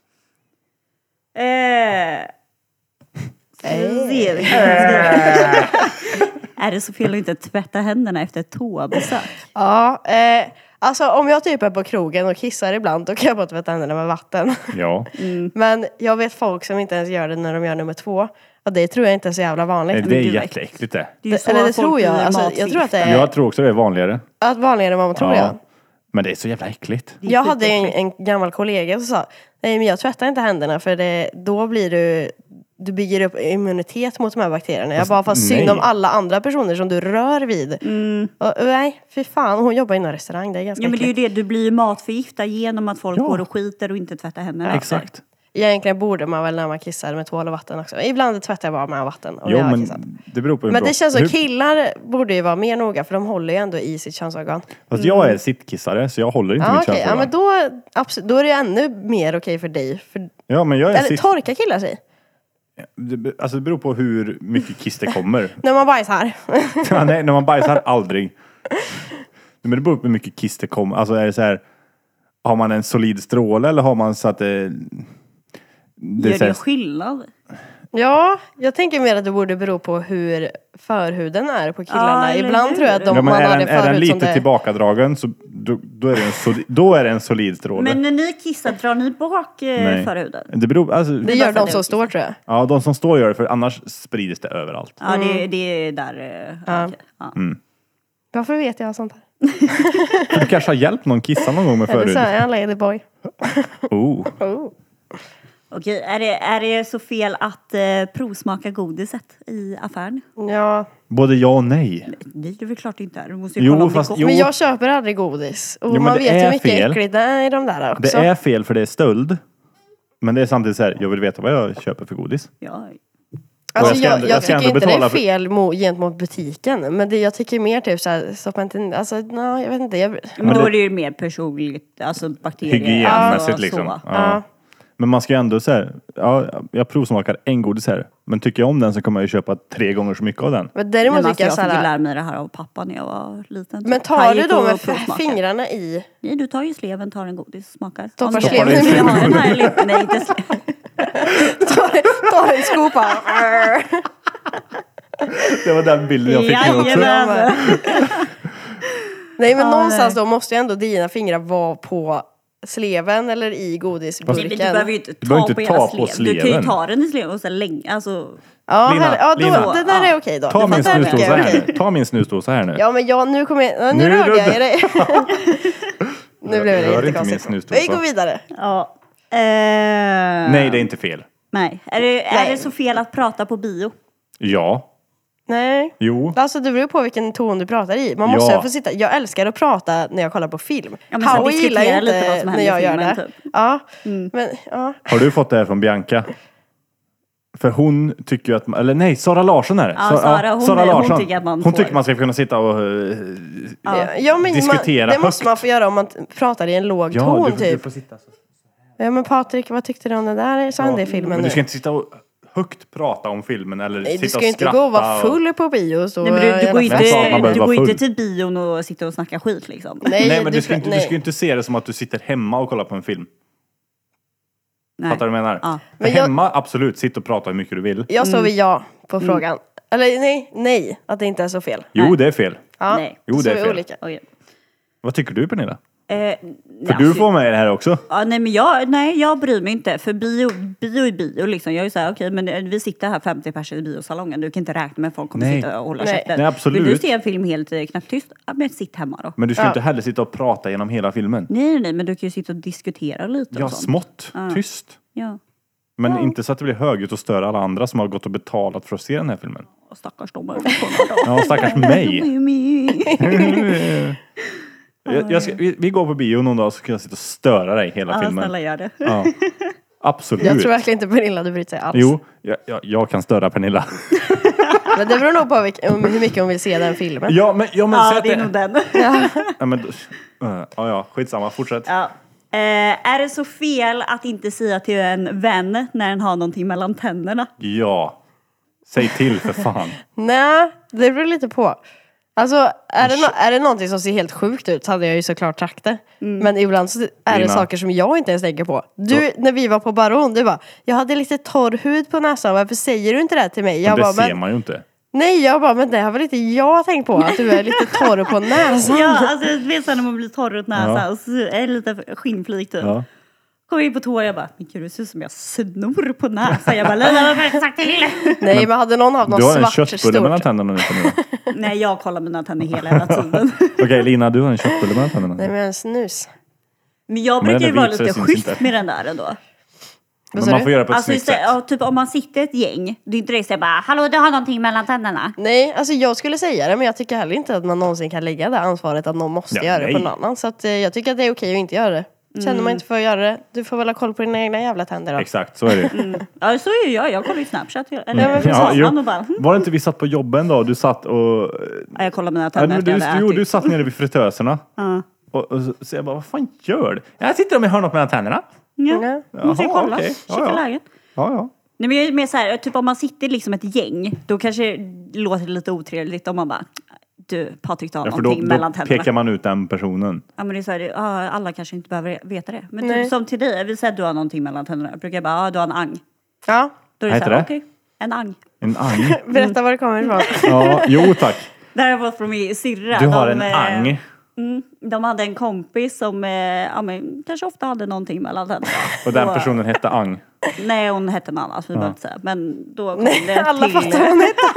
Ska vi se, vilken jag skriver. Är det så fel att inte tvätta händerna efter ett toabesök? Ja, alltså om jag typ är på krogen och kissar ibland, då kan jag bara tvätta händerna med vatten. Ja. Men jag vet folk som inte ens gör det när de gör nummer 2. Och det tror jag inte är så jävla vanligt. Det är gud, vad jätteäckligt det. Det är ju så Eller det folk tror jag. blir Alltså, jag tror att det är Jag tror också det är vanligare. att vanligare än vad man tror. Ja. Ja. Men det är så jävla äckligt. Jag hade en gammal kollega som sa, nej men jag tvättar inte händerna för då blir du du bygger upp immunitet mot de här bakterierna. Jag bara, fast synd om alla andra personer som du rör vid. Och, nej, fy fan. Hon jobbar inom restaurang, det är ganska men det är ju det, du blir ju matförgiftad genom att folk går och skiter och inte tvättar händerna. Exakt. Egentligen borde man väl när man kissar med tvål och vatten också. Ibland tvättar jag bara med vatten. Jo, men det beror på hur men bra. det känns som killar borde ju vara mer noga, för de håller ju ändå i sitt könsorgan. Fast jag är sittkissare, så jag håller inte mitt könsorgan. Ja, men då är det ännu mer okej för dig. Ja, men jag är eller torka killar sig. Alltså det beror på hur mycket kiss det kommer. När man bajsar. Ja, nej, när man bajsar aldrig. Men det beror på hur mycket kiss det kommer. Alltså är det så här, har man en solid stråle eller har man så att det gör det skillnad? Ja, jag tänker mer att det borde bero på hur förhuden är på killarna. Ibland tror jag att man har en förhud är den lite som tillbakadragen så då är det en solid stråle. Men när ni kissar, drar ni bak förhuden? Det beror, alltså, det gör de som står, tror jag. Ja, de som står gör det, för annars sprids det överallt. Ja, det är där. Okay. Ja. Varför vet jag sånt här? Du kanske har hjälpt någon kissa någon gång med förhud. Eller så är jag en ladyboy. Okej, är det så fel att provsmaka godiset i affären? Ja. Både ja och nej. Nej, det är väl klart inte. Du måste ju kolla om det är gott. Men jag köper aldrig godis. Och man vet hur mycket äckligt det är i de där också. Det är fel för det är stöld. Men det är samtidigt så här, jag vill veta vad jag köper för godis. Ja. Alltså jag tycker inte det är fel gentemot butiken. Men jag tycker mer typ såhär, stoppa inte, alltså nej, jag vet inte. Men då är det ju mer personligt, alltså bakterier. Hygienmässigt liksom. Ja. Men man ska ju ändå säga, jag provsmakar en godis här. Men tycker jag om den så kommer jag ju köpa 3 gånger så mycket av den. Men däremot tycker jag fick lära mig det här av pappa när jag var liten. Men tar du då med fingrarna i? Nej, du tar ju sleven, tar en godis, smakar. Stoppar sleven i munnen? Nej, inte sleven. tar en skopa. Det var den bilden jag fick nu också. Nej, men någonstans då måste ju ändå dina fingrar vara på sleven eller i godisburken. Du behöver ju inte ta på hela sleven. Du kan ju ta den i sleven och sen länge, alltså. Lina, det där är okej då. Ta min snusdosa här nu. Ja, men nu rörde jag i dig. Nu blev det jättekonstigt. Vi går vidare. Ja. Nej, det är inte fel. Nej. Är det så fel att prata på bio? Ja. Nej. Jo. Alltså det beror på vilken ton du pratar i. Man måste få sitta. Jag älskar att prata när jag kollar på film. Ja, men Howie gillar inte lite vad som när jag gör det. Typ. Ja. Men, ja. Har du fått det här från Bianca? För hon tycker ju att Eller nej, Sara Larsson är det. Ja, Sara Larsson. Hon tycker att hon tycker man ska kunna sitta och men diskutera det måste man få göra om man pratar i en låg ton typ. Du får sitta så. Ja, men Patrik, vad tyckte du om det där? Så hände i filmen men nu. Du ska inte sitta och högt prata om filmen eller sitta och skratta. Du ska inte gå och vara full på bio. Så nej, men du går inte till bion och sitter och snackar skit liksom. Nej, men du ska inte se det som att du sitter hemma och kollar på en film. Nej. Fattar du vad jag menar? Ja. Men hemma, absolut, sitt och prata hur mycket du vill. Jag sover på frågan. Eller nej, att det inte är så fel. Jo, det är fel. Ja. Nej. Jo, det är fel. Olika. Okay. Vad tycker du, Pernilla? För du får med det här också. Ja, nej, men jag bryr mig inte. För bio är bio liksom. Jag är så här, okej, men vi sitter här 50 personer i biosalongen. Du kan inte räkna med att folk kommer sitta och hålla käften. Nej, absolut. Vill du se en film helt knäpptyst? Ja, men sitt hemma då. Men du ska inte heller sitta och prata genom hela filmen. Nej, men du kan ju sitta och diskutera lite. Ja, och sånt. smått. Tyst. Ja. Men inte så att det blir högljutt och stör alla andra som har gått och betalat för att se den här filmen. Stackars dem. Ja, stackars mig. Vi går på bio någon dag så kan jag sitta och störa dig hela filmen. Snälla gör det. Ja, absolut. Jag tror verkligen inte Pernilla du bryter sig alls. Jo, jag kan störa Pernilla. Men det beror nog på hur mycket hon vill se den filmen. Ja, men det är nog den. Skitsamma, fortsätt. Ja. Är det så fel att inte säga till en vän när den har någonting mellan tänderna? Ja. Säg till för fan. Nej, det beror lite på. Alltså, är det någonting som ser helt sjukt ut så hade jag ju såklart sagt det. Men ibland så är det saker som jag inte ens tänker på. När vi var på Baron, du bara, jag hade lite torr hud på näsan, varför säger du inte det till mig? Men det ser man ju inte. Nej, jag bara, men det har väl inte jag tänkt på, att du är lite torr på näsan. Ja, alltså du vet så när man blir torr runt näsan och så är det lite skinnflik typ. Ja. Kommer in på toa och jag bara, men gud, det ser ut som jag snor på näsan. Jag bara, nej, men hade någon haft någon svart stort. Du har en köttbulle mellan tänderna nu. Nej, jag kollar mina tänder hela tiden. Okej, Lina, du har en köttbulle mellan tänderna. Nej, men en snus. Men jag brukar ju vara lite schysst med den där ändå. Men man får göra det på ett Alltså snyggt sätt. ja, typ om man sitter ett gäng, det är inte det att säga bara hallå du har någonting mellan tänderna. Nej, alltså jag skulle säga det, men jag tycker heller inte att man någonsin kan lägga det ansvaret att någon måste göra det på någon annan. Så att, jag tycker att det är okej att inte göra det. Känner man inte för att göra det, du får väl ha koll på dina egna jävla tänder då. Exakt, så är det. Ja, så är jag kollar ju Snapchat. Eller Ja, och bara, var det inte vi satt på jobben då? Du satt och... ja, jag kollar mina Ja, tänder efter jag hade ätit. du satt nere vid fritöserna. Och så jag bara, vad fan gör du? Jag sitter med hörnet mellan tänderna. Ja, måste jag kolla. okej. Kika läget. Ja. Nej, men jag är mer så här, typ om man sitter liksom ett gäng, då kanske det låter lite otrevligt om man bara, du Patrik, du har För någonting mellan då tänderna. pekar man ut den personen. Ja, men det är så här, alla kanske inte behöver veta det. Men typ som till dig, jag vill säga att du har någonting mellan tänderna. Jag brukar bara, du har en ang. Ja, Då är Vad det så heter här, det? okej, en ang. En ang. berätta var det kommer ifrån. Ja, jo tack. Det här var från min syrra. Du har en ang. De hade en kompis som men, kanske ofta hade någonting mellan tänderna. Och den personen hette Ang. Nej, hon hette något annat, vi behöver inte säga. Men då kom det Alla till... fattar vad hon heter.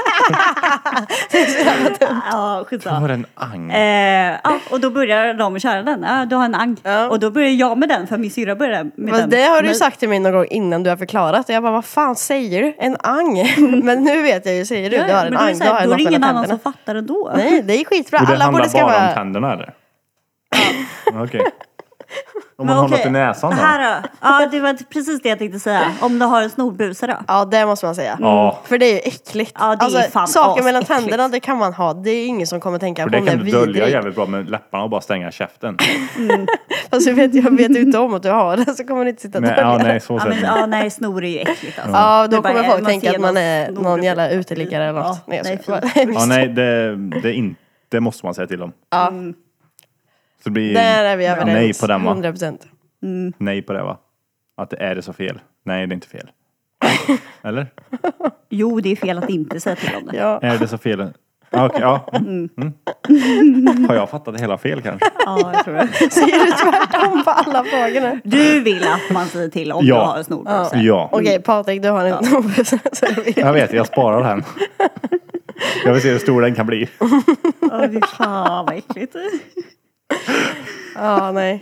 Ja, Du skitsamma. har en ang. Och då började de köra den. Ja, du har en ang. Ja. Och då började jag med den, för min syrra började med Fast den. det har du ju Men- sagt till mig någon gång innan du har förklarat. Och jag bara, vad fan säger du? En ang? Men nu vet jag ju, säger du, Ja, du har en men då är ang, det så här, du då har är det något ingen mellan annan som tänderna. fattar ändå. Nej, det är skitbra. Och det Alla handlar borde ska bara om vara... tänderna eller? Okej. Om Men man har okej, något i näsan då? här då? Ja, det var precis det jag tänkte säga. Om du har en snorbuse då? Ja, det måste man säga. Ja. För det är ju äckligt. Ja, det är fan saker mellan asäckligt. tänderna, det kan man ha. Det är ingen som kommer tänka För på det om det är kan du dölja vidrigt. jävligt bra med läpparna och bara stänga käften. Fast jag vet ju inte om att du har det, så kommer du inte sitta och Nej, dölja. nej, så Ja, sett. men, nej, snor är ju äckligt alltså. Ja, Det då är bara- kommer folk man tänka ser att man är snor- någon jävla uteliggare eller Ja, något. Nej, jag nej, skojar. Ja, nej, det är inte... Det måste man säga till dem. Ja, Så det blir där är vi överens. nej på den va? 100%. Nej på det va? Att det är det så fel? Nej, det är inte fel. Eller? Jo, det är fel att inte säga till om det. Ja. Är det så fel? Okej, ja. Har jag fattat det hela fel kanske? Ja, jag tror det. Ser du tvärtom på alla frågorna? Du vill att man säger till om Ja. du har en snorbuse. Ja. Okej, Patrik, du har en snorbuse. Jag vet, jag sparar den. Jag vill se hur stor den kan bli. Åh, fy fan vad äckligt. Ja, nej.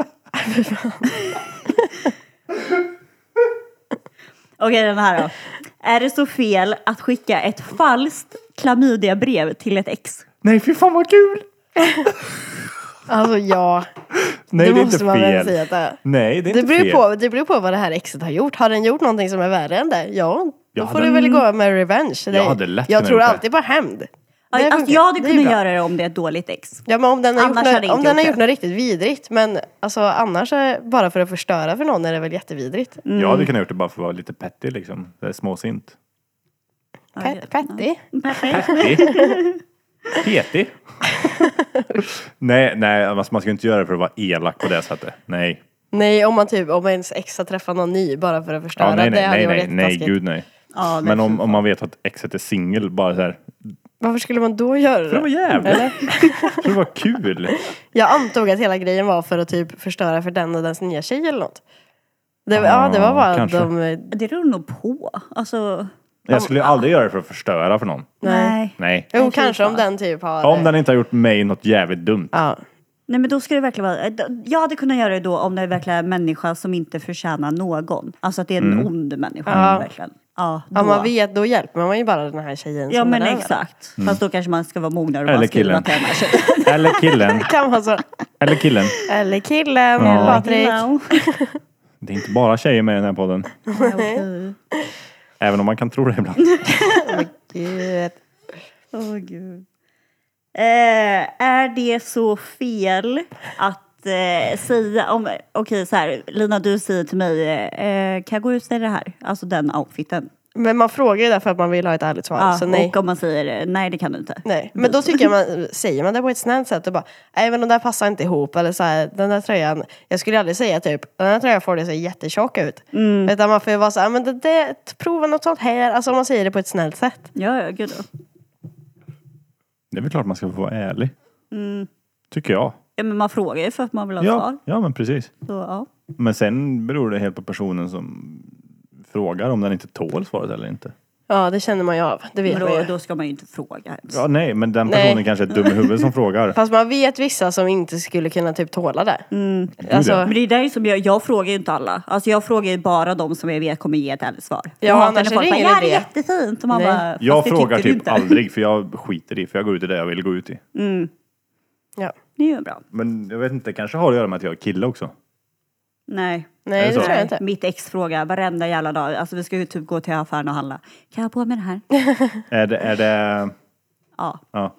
Okej, den här då. Är det så fel att skicka ett falskt klamydiabrev till ett ex? Nej, fy fan vad kul! Alltså ja, Nej, det det är måste inte man väl fel. säga att det är. Nej, det är Det inte beror, fel. på, det beror på vad det här exet har gjort. Har den gjort någonting som är värre än det? Ja, då Jag får hade- du väl gå med revenge. Jag hade lätt jag kunnat tror gjort det. alltid på hämnd. Det Alltså, funkar. jag hade Det är kunnat bra. göra det om det är ett dåligt ex. Ja, men om den har Annars gjort, hade jag något, inte om den har gjort gjort det. något riktigt vidrigt. Men alltså, annars är bara för att förstöra för någon är det väl jättevidrigt. Jag hade kunnat gjort det bara för att vara lite petty liksom. Det är småsint. Petty. Perfekt. Petig. nej, alltså man ska inte göra det för att vara elak på det sättet. Nej. Nej, om ens ex har träffat någon ny bara för att förstöra. Ja, nej, det hade ju varit nej, jättetaskigt. gud nej. Ja, Men om man vet att exet är singel, bara så här. Varför skulle man då göra det? För det var jävligt. Eller? För det var kul. Jag antog att hela grejen var för att typ förstöra för den och dens nya tjej eller något. Det var bara kanske. Det beror nog på. Alltså, Jag skulle aldrig göra det för att förstöra för någon. Nej. Nej. Jo, Nej, kanske fy om fan. den typ har... Om den inte har gjort mig något jävligt dumt. Ja. nej, men då ska det verkligen vara... Jag hade kunnat göra det då om det är verkligen en människa som inte förtjänar någon. Alltså att det är en ond människa. Ja. Verkligen. Ja, då. Ja, man vet, då hjälper man ju bara den här tjejen. Ja, som men den är. exakt. Fast då kanske man ska vara mognare och Eller bara skriva killen. till den här tjejen. Eller killen. Kan vara så. Eller killen. Eller killen, Ja. Patrik. Hello. Det är inte bara tjejer med i den här podden. Okej. Även om man kan tro det ibland. Gud. Åh, gud. Är det så fel att säga om... Okej, så här. Lina, du säger till mig, kan jag gå ut i det här? Alltså den outfiten. Men man frågar ju därför att man vill ha ett ärligt svar. Ja, så nej. och om man säger nej, det kan du inte. Nej, men då tycker jag säger man det på ett snällt sätt och bara, nej men de där passar inte ihop eller så här, den där tröjan, jag skulle aldrig säga typ, den där tröjan får det se jättetjock ut. Utan man får ju vara så här, men prova något sånt här, alltså om man säger det på ett snällt sätt. Ja, gud då. Det är väl klart man ska få vara ärlig. Tycker jag. Ja, men man frågar ju för att man vill ha svar. Ja, men precis. Så, ja. Men sen beror det helt på personen som frågar om den inte tål svaret eller inte. Ja, det känner man ju av. Det vet Men man ju. då ska man ju inte fråga ens. Ja, nej, men den personen kanske är dum i huvudet som frågar. Fast man vet vissa som inte skulle kunna typ tåla det. Alltså, Men det är där som jag frågar ju inte alla. Alltså jag frågar ju bara de som jag vet kommer ge ett ärligt svar. Ja, Jag hatar annars när är folk det bara, ingen ja det är idé." jättefint. Och man Nej. bara, Jag "Fast det frågar tycker du typ inte." aldrig, för jag skiter i, för jag går ut i det jag vill gå ut i. ja. Det är ju bra. Men jag vet inte, det kanske har att göra med att jag är kille också. Nej. Nej, Är det det så? tror jag inte. Mitt ex frågar varenda jävla dag. Alltså vi ska ju typ gå till affären och handla. Kan jag ha på mig den här? Är det... Ja. Ja.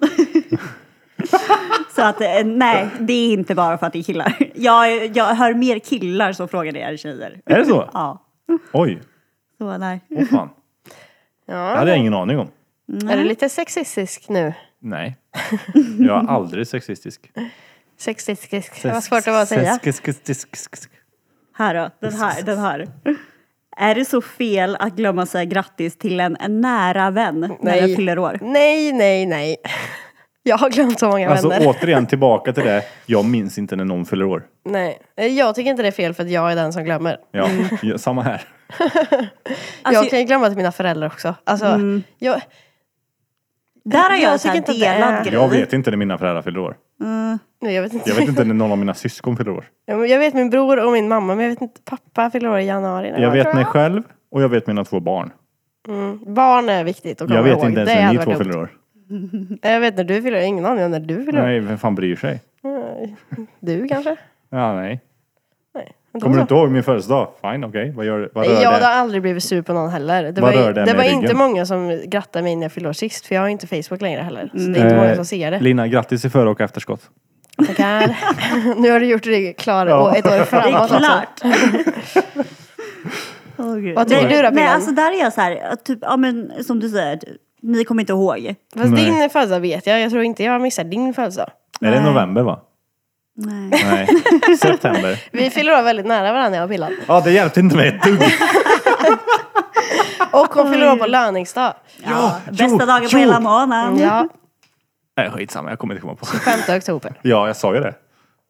Så att nej, det är inte bara för att det är killar. Jag hör mer killar som frågar det än tjejer. Är det så? Ja. Oj, Så nej. åh fan. Det Ja. hade jag ingen aning om. Är du lite sexistisk nu? Nej. Jag är aldrig sexistisk. Sexistisk. Det var svårt att vara att säga. Här då, den här. Är det så fel att glömma säga grattis till en nära vän när Nej. jag fyller år? Nej. Jag har glömt så många Alltså vänner. återigen tillbaka till det. Jag minns inte när någon fyller år. Nej, jag tycker inte det är fel för att jag är den som glömmer. Ja, samma här. Alltså, Jag kan ju glömma till mina föräldrar också. Alltså, jag, där har jag jag så här tycker inte att det delad är- grej. Jag vet inte när mina föräldrar fyller år. nej, jag vet inte. Jag vet inte när någon av mina syskon fyller år. Jag vet min bror och min mamma, men jag vet inte. Pappa fyller år i januari. Jag vet mig själv och jag vet mina 2 barn. Barn är viktigt att komma Jag vet ihåg. inte ens Det när hade ni 2 varit fyller dumt. år. Jag vet när du fyller år. Ingen aning om när du fyller år. Nej, vem fan bryr sig? Du kanske? Ja, nej. Nej. Kommer du inte ihåg min födelsedag? Fine, okej. Vad rör Jag hade det? aldrig blivit sur på någon heller. Det Vad var, rör det det med var ryggen? inte många som grattade mig när jag fyllde år sist. För jag har inte Facebook längre heller. Så det är inte många som ser det. Lina, grattis i före och efterskott. Tackar. Nu har du gjort det klart Ja. och ett år Det är framåt också. klart. Vad tycker du då, Nej, Pillan? alltså där är jag så här, typ, ja men som du säger, ni kommer inte ihåg. Fast Nej. din födelsedag vet jag. Jag tror inte jag missar din födelsedag. Är det november, va? Nej. Nej. September. Vi fyller år väldigt nära varandra, jag och Pillan. Ja, det hjälpte inte mig ett dugg. Och hon fyller år på löningsdag. Ja, bästa dagen på hela månaden. Ja, Nej, skitsamma. Jag kommer inte komma på. 5 oktober. Ja, jag sa ju det.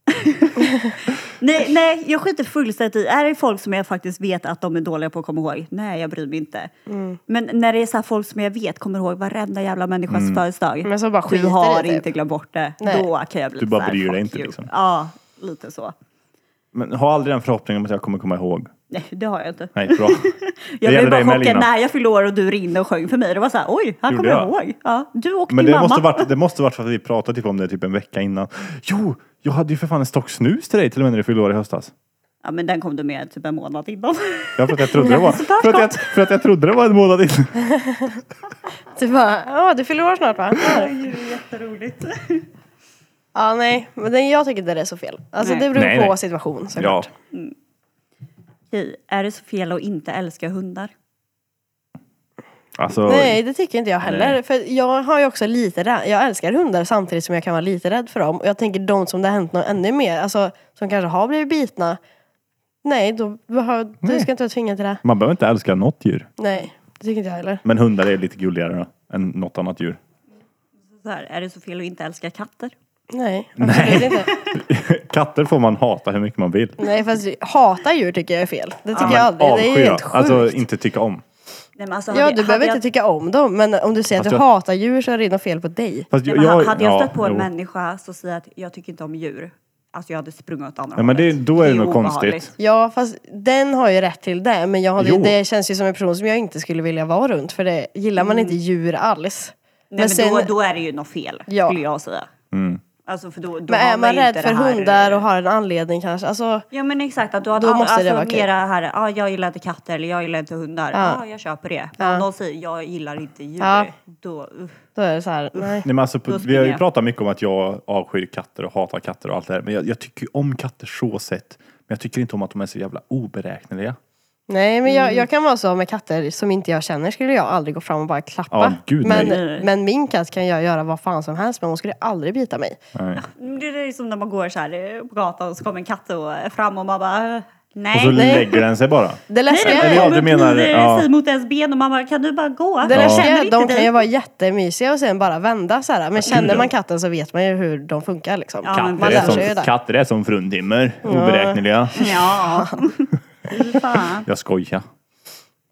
Nej, jag skiter fullständigt i. Är det folk som jag faktiskt vet att de är dåliga på att komma ihåg? Nej, jag bryr mig inte. Men när det är så här folk som jag vet kommer ihåg varenda jävla människas födelsedag. Men så bara Du skiter har i det. inte glömt bort det. Nej. Då kan jag bli Du bara så här, bryr dig fuck inte, you. liksom. Ja, lite så. Men ha aldrig den förhoppningen om att jag kommer komma ihåg. Nej, det har jag inte. Nej, bra. Jag gäller blev bara dig med, chockad Lina. när jag fyllde år och du ringde och sjöng för mig. Det var så här, oj, här Gjorde kommer jag jag? ihåg. Ja, du och Men din det mamma. måste varit för att vi pratade typ om det typ en vecka innan. Jo, jag hade ju för fan en stock snus till dig till och med när du fyllde år i höstas. Ja, men den kom du med typ en månad innan. Ja, för att jag trodde det var, för att jag trodde det var en månad innan. Du bara, ja du fyller år snart va? Ja. Det är jätteroligt. Ja nej, men jag tycker inte det är så fel. Alltså Nej. det beror Nej, på nej. situation Ja, såklart. Okej, är det så fel att inte älska hundar? alltså. Nej, det tycker inte jag heller. Nej. För jag har ju också lite rädd. Jag älskar hundar samtidigt som jag kan vara lite rädd för dem. Och jag tänker de som det har hänt något ännu mer. Alltså, som kanske har blivit bitna. Nej, du ska inte vara tvingad till det. Man behöver inte älska något djur. Nej, det tycker inte jag heller. Men hundar är lite gulligare då, än något annat djur. Så här, är det så fel att inte älska katter? Nej, absolut inte. Katter får man hata hur mycket man vill. Nej, fast hata djur tycker jag är fel. Det tycker Men jag aldrig. Det är ju avsky, helt sjukt. alltså inte tycka om. Nej, men alltså, Ja, du behöver inte tycka om dem. Men om du säger att Fast du jag- hatar djur så är det något fel på dig. Fast Nej, men hade jag ja, stött på en jo. människa som säger att jag tycker inte om djur. Alltså jag hade sprungit åt andra Ja, men hållet. då är det ju något obehagligt. konstigt. Ja, fast den har ju rätt till det. Men jag hade, Jo. det känns ju som en person som jag inte skulle vilja vara runt. För det gillar man inte djur alls. Nej, men sen- då är det ju något fel, Ja. skulle jag säga. Alltså för då Men har är man ju rädd inte för det här- hundar och har en anledning kanske? Alltså, Ja men exakt, att du har Då måste det vara okej. mera här, jag gillar inte katter eller jag gillar inte hundar. Ja. Ja, jag köper det. Men om någon säger, jag gillar inte djur. Ja. Då, då är det så här, nej. Nej, men alltså, Då vi har springer ju jag. pratat mycket om att jag avskyr katter och hatar katter och allt det här. Men jag tycker ju om katter så sett. Men jag tycker inte om att de är så jävla oberäkneliga. Nej, men jag kan vara så med katter som inte jag känner skulle jag aldrig gå fram och bara klappa. Ja, gud, men, nej. men min katt kan jag göra vad fan som helst, men hon skulle aldrig bita mig. Nej. det är som när man går så här på gatan och så kommer en katt och fram och man bara, nej. Och så Nej. lägger den sig bara. Det läskiga Eller är, ja, kommer du menar- kniver ja. sig mot ens ben och man bara, kan du bara gå? det Jag läskiga känner är, inte de kan dig. ju vara jättemysiga och sen bara vända så här. Men känner man katten så vet man ju hur de funkar liksom. Ja, men Man lär sig ju det. Katter är som fruntimmer. Oberäkneliga. Ja. Fy fan. Jag skojar.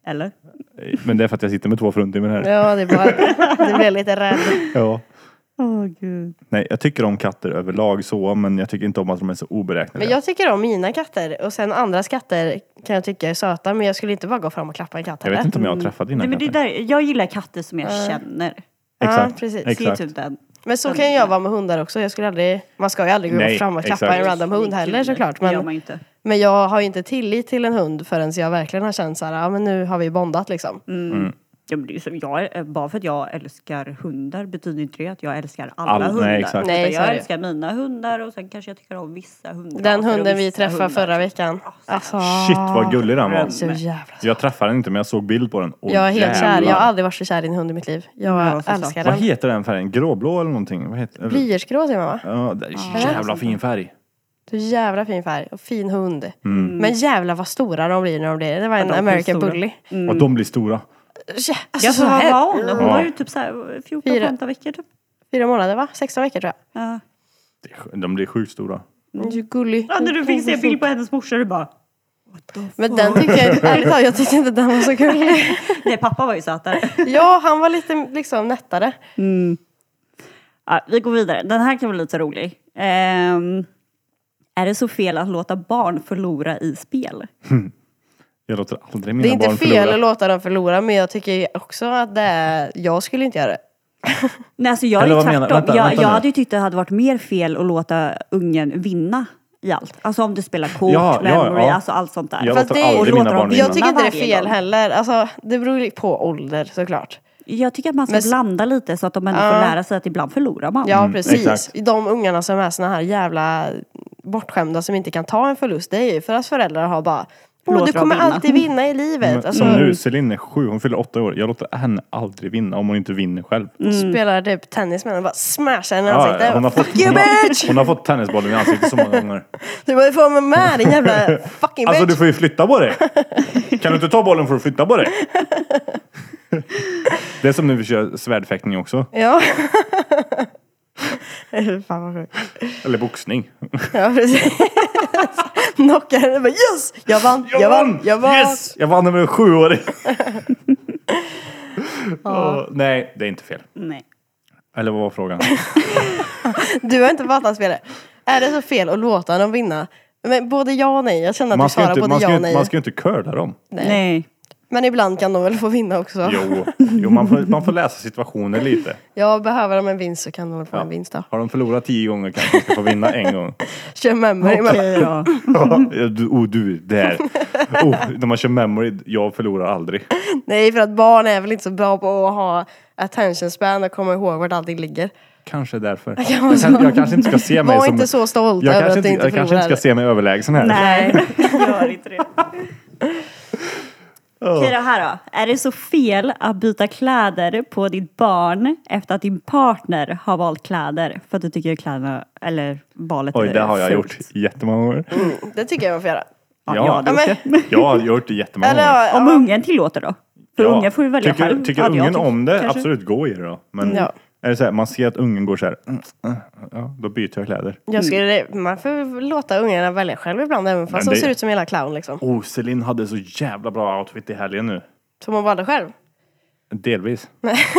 Eller? Men det är för att jag sitter med 2 fruntimmer här. Ja, det är bara... Det blir lite rädd. Ja. Gud. Nej, jag tycker om katter överlag så, men jag tycker inte om att de är så oberäkneliga. Men jag tycker om mina katter. Och sen andras katter kan jag tycka är söta. Men jag skulle inte bara gå fram och klappa en katt Jag vet heller. inte om jag har träffat dina Nej, men det katter. är där, jag gillar katter som jag känner. Exakt. Ja, precis. Det är Exakt. typ den. Men så kan jag vara med hundar också. Jag skulle aldrig... Man ska ju aldrig gå Nej, fram och klappa exakt. en random hund heller såklart. Det gör Men, man inte. men jag har ju inte tillit till en hund förrän jag verkligen har känt så här, ja men nu har vi bondat liksom. Ja, men det är så, bara för att jag älskar hundar betyder inte det att jag älskar alla hundar. Nej, exakt. Nej, Utan så är jag det. älskar mina hundar och sen kanske jag tycker om vissa hundar. Den hunden vi träffade förra veckan. Alltså, Shit vad gullig den var. så jävla Jag träffade den inte men jag såg bild på den. Åh, Jag är helt kär. jävlar. Jag har aldrig varit så kär i en hund i mitt liv. Jag Ja, så älskar Vad den. heter den färgen? Gråblå eller någonting? Vad heter Blyertsgrå säger man va? Ja, det är så jävla fin färg. Så jävla fin färg. Och fin hund. Mm. Men jävla vad stora de blir när de blir det. Det var en de blir American stora. Bully. Och de blir stora. Ja, Ja, så för vad här, var hon? Hon Ja. var ju typ så här 14-15 veckor typ. 4 månader va? 16 veckor tror jag. Ja. De blir sjukt stora. Du är gullig. Ja, när du fick se bild på hennes morsa, du bara... Men den tycker jag, ärligt talat, jag tyckte inte den var så gullig. Nej, pappa var ju sötare. Ja, han var lite liksom nättare. Ja, vi går vidare. Den här kan vara lite rolig. Är det så fel att låta barn förlora i spel? Jag låter aldrig Det är mina inte barn fel förlora. att låta dem förlora, men jag tycker också att det är... Jag skulle inte göra det. Nej, alltså jag är Eller ju vad menar- tvärtom. vänta Jag nu. hade ju tyckt att det hade varit mer fel att låta ungen vinna i allt. Alltså om du spelar kort, Ja, memory, ja. alltså allt sånt där. Jag Fast låter det- aldrig och mina låter barn dem- vinna. Jag tycker inte det är varje fel gång. heller. Alltså, det beror ju på ålder såklart. Jag tycker att man ska Men- blanda lite så att de ändå får lära sig att ibland förlorar man. Ja, precis. exakt. De ungarna som är såna här jävla bortskämda som inte kan ta en förlust, det är ju för att föräldrar har bara Låter du dem kommer vinna." alltid vinna i livet. Alltså, Som nu, Celine är 7, hon fyller 8 år. Jag låter henne aldrig vinna om hon inte vinner själv. spelar typ tennis med henne och bara smashar henne i Ja, ansiktet. hon, har fått, Fuck you hon, har, bitch! hon har fått tennisbollen i ansiktet så många gånger. Du var ju få mig med din jävla fucking Alltså bitch. du får ju flytta på dig. Kan du inte ta bollen för att flytta på dig? Det är som när vi kör svärdfäktning också. Ja. Fan vad sjukt. Eller boxning. Ja, precis. Knockar henne och bara yes! Jag vann! Yes! Jag vann över en 7-åring. Nej, det är inte fel. Nej. Eller vad var frågan? Du har inte fattat spelet. Är det så fel att låta dem vinna? Men både ja och nej. Jag känner att Man du ska, svarar inte, både man, ska, ja och inte- nej. man ska ju inte curla dem. Nej. Men ibland kan de väl få vinna också. Jo, man får läsa situationer lite. Ja, behöver de en vinst så kan de väl få en vinst då. Har de förlorat 10 gånger kanske de ska få vinna en gång. Kör memory. Okej då. Du, där. När man kör memory, jag förlorar aldrig. Nej, för att barn är väl inte så bra på att ha attention span och komma ihåg vart allting ligger. Kanske därför. vara så. Jag kanske inte ska se mig Var som... inte så stolt jag över kanske att du inte, inte jag kanske inte ska förlorar. se mig överlägsen här. Nej, gör inte det. Okej, det här då. Är det så fel att byta kläder på ditt barn efter att din partner har valt kläder? För att du tycker kläderna, eller valet Oj, är det har jag fult. gjort jättemånga gånger. Det tycker jag man får göra. Ja, Ja, men, Jag har gjort det jättemånga eller, gånger. ja, Om ungen tillåter då? För ungen får ju välja tycker, själv. Tycker Hade jag ungen tyckt, om det, kanske. absolut gå i det då. Men Ja. är det så här, man ser att ungen går så här, ja, då byter jag kläder. man får låta ungarna välja själv ibland, även fast Men de det- ser ut som hela clown liksom. Celine hade så jävla bra outfit i helgen nu. Som hon valde själv. Delvis.